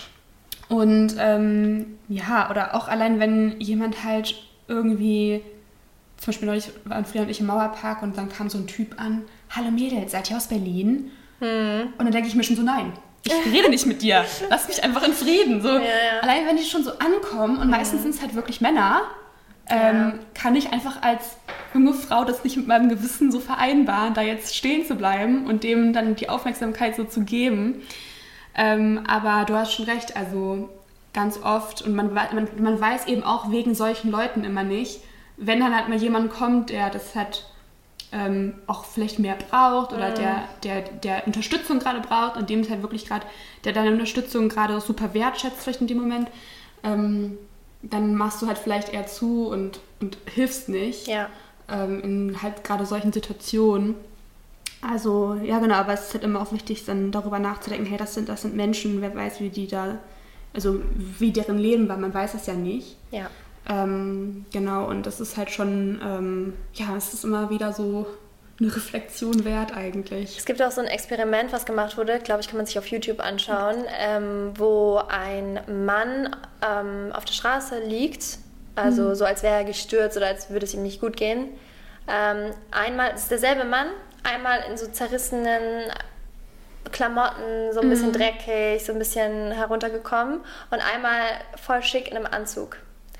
Und ähm, ja, oder auch allein, wenn jemand halt irgendwie, zum Beispiel neulich waren Frieda und ich im Mauerpark und dann kam so ein Typ an, hallo Mädels, seid ihr aus Berlin? Mhm. Und dann denke ich mir schon so, nein. Ich rede nicht mit dir. Lass mich einfach in Frieden. So, ja, ja. Allein wenn die schon so ankommen und mhm. meistens sind es halt wirklich Männer, ähm, ja. kann ich einfach als junge Frau das nicht mit meinem Gewissen so vereinbaren, da jetzt stehen zu bleiben und dem dann die Aufmerksamkeit so zu geben. Ähm, aber du hast schon recht, also ganz oft und man, man, man weiß eben auch wegen solchen Leuten immer nicht, wenn dann halt mal jemand kommt, der das hat Ähm, auch vielleicht mehr braucht oder mm. der, der, der Unterstützung gerade braucht und dem ist halt wirklich gerade, der deine Unterstützung gerade super wertschätzt vielleicht in dem Moment, ähm, dann machst du halt vielleicht eher zu und, und hilfst nicht ja. ähm, in halt gerade solchen Situationen. Also, ja genau, aber es ist halt immer auch wichtig, dann darüber nachzudenken, hey, das sind, das sind Menschen, wer weiß, wie die da, also wie deren Leben war, man weiß es ja nicht. Ja. Ähm, genau, und das ist halt schon, ähm, ja, es ist immer wieder so eine Reflexion wert eigentlich. Es gibt auch so ein Experiment, was gemacht wurde, glaube ich, kann man sich auf YouTube anschauen, ähm, wo ein Mann ähm, auf der Straße liegt, also mhm. so als wäre er gestürzt oder als würde es ihm nicht gut gehen. Ähm, einmal, es ist derselbe Mann, einmal in so zerrissenen Klamotten, so ein bisschen mhm. dreckig, so ein bisschen heruntergekommen und einmal voll schick in einem Anzug.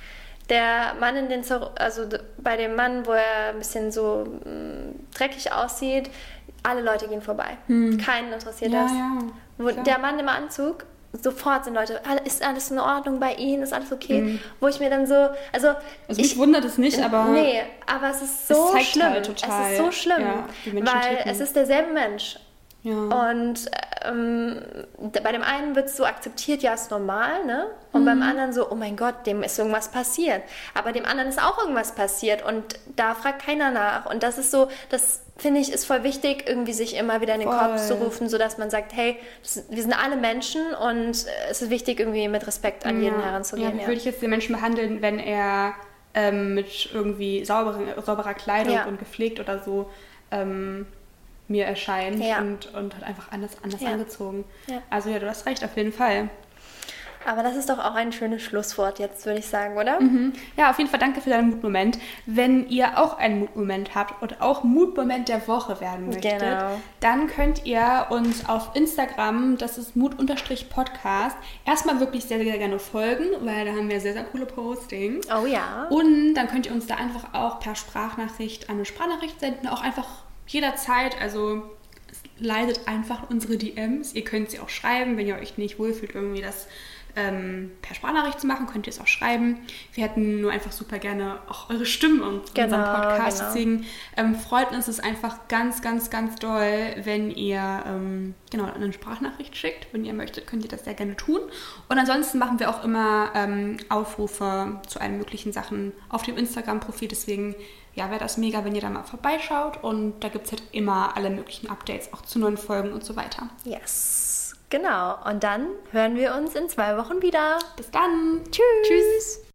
Der Mann in den, also bei dem Mann, wo er ein bisschen so mh, dreckig aussieht, alle Leute gehen vorbei. Hm. Keinen interessiert ja, das. Ja, wo der Mann im Anzug, sofort sind Leute, ist alles in Ordnung bei Ihnen, ist alles okay? Hm. Wo ich mir dann so, also... Also mich ich, wundert es nicht, aber... Nee, aber es ist so es schlimm. Halt total, es ist so schlimm, ja, weil es ist derselbe Mensch. Ja. Und ähm, bei dem einen wird es so akzeptiert, ja, ist normal, ne? Und mhm. beim anderen so, oh mein Gott, dem ist irgendwas passiert. Aber dem anderen ist auch irgendwas passiert und da fragt keiner nach. Und das ist so, das finde ich, ist voll wichtig, irgendwie sich immer wieder in den voll. Kopf zu rufen, sodass man sagt, hey, das, wir sind alle Menschen und es ist wichtig, irgendwie mit Respekt an jeden ja. heranzugehen. Ja, wie ja. würde ich jetzt den Menschen behandeln, wenn er ähm, mit irgendwie sauberen, sauberer Kleidung ja. und gepflegt oder so ähm, mir erscheint ja. und, und hat einfach anders, anders ja. angezogen. Ja. Also ja, du hast recht, auf jeden Fall. Aber das ist doch auch ein schönes Schlusswort jetzt, würde ich sagen, oder? Mhm. Ja, auf jeden Fall danke für deinen Mutmoment. Wenn ihr auch einen Mutmoment habt und auch Mutmoment der Woche werden möchtet, Genau. dann könnt ihr uns auf Instagram, das ist Mut-Podcast, erstmal wirklich sehr, sehr gerne folgen, weil da haben wir sehr, sehr coole Postings. Oh ja. Und dann könnt ihr uns da einfach auch per Sprachnachricht eine Sprachnachricht senden, auch einfach jederzeit, also es leitet einfach unsere D Ms. Ihr könnt sie auch schreiben, wenn ihr euch nicht wohlfühlt, irgendwie das ähm, per Sprachnachricht zu machen, könnt ihr es auch schreiben. Wir hätten nur einfach super gerne auch eure Stimmen in Genau, unserem Podcast. genau. Deswegen ähm, freut uns es einfach ganz, ganz, ganz doll, wenn ihr ähm, genau eine Sprachnachricht schickt. Wenn ihr möchtet, könnt ihr das sehr gerne tun. Und ansonsten machen wir auch immer ähm, Aufrufe zu allen möglichen Sachen auf dem Instagram-Profil. Deswegen ja, wäre das mega, wenn ihr da mal vorbeischaut. Und da gibt es halt immer alle möglichen Updates, auch zu neuen Folgen und so weiter. Yes. Genau. Und dann hören wir uns in zwei Wochen wieder. Bis dann. Tschüss. Tschüss.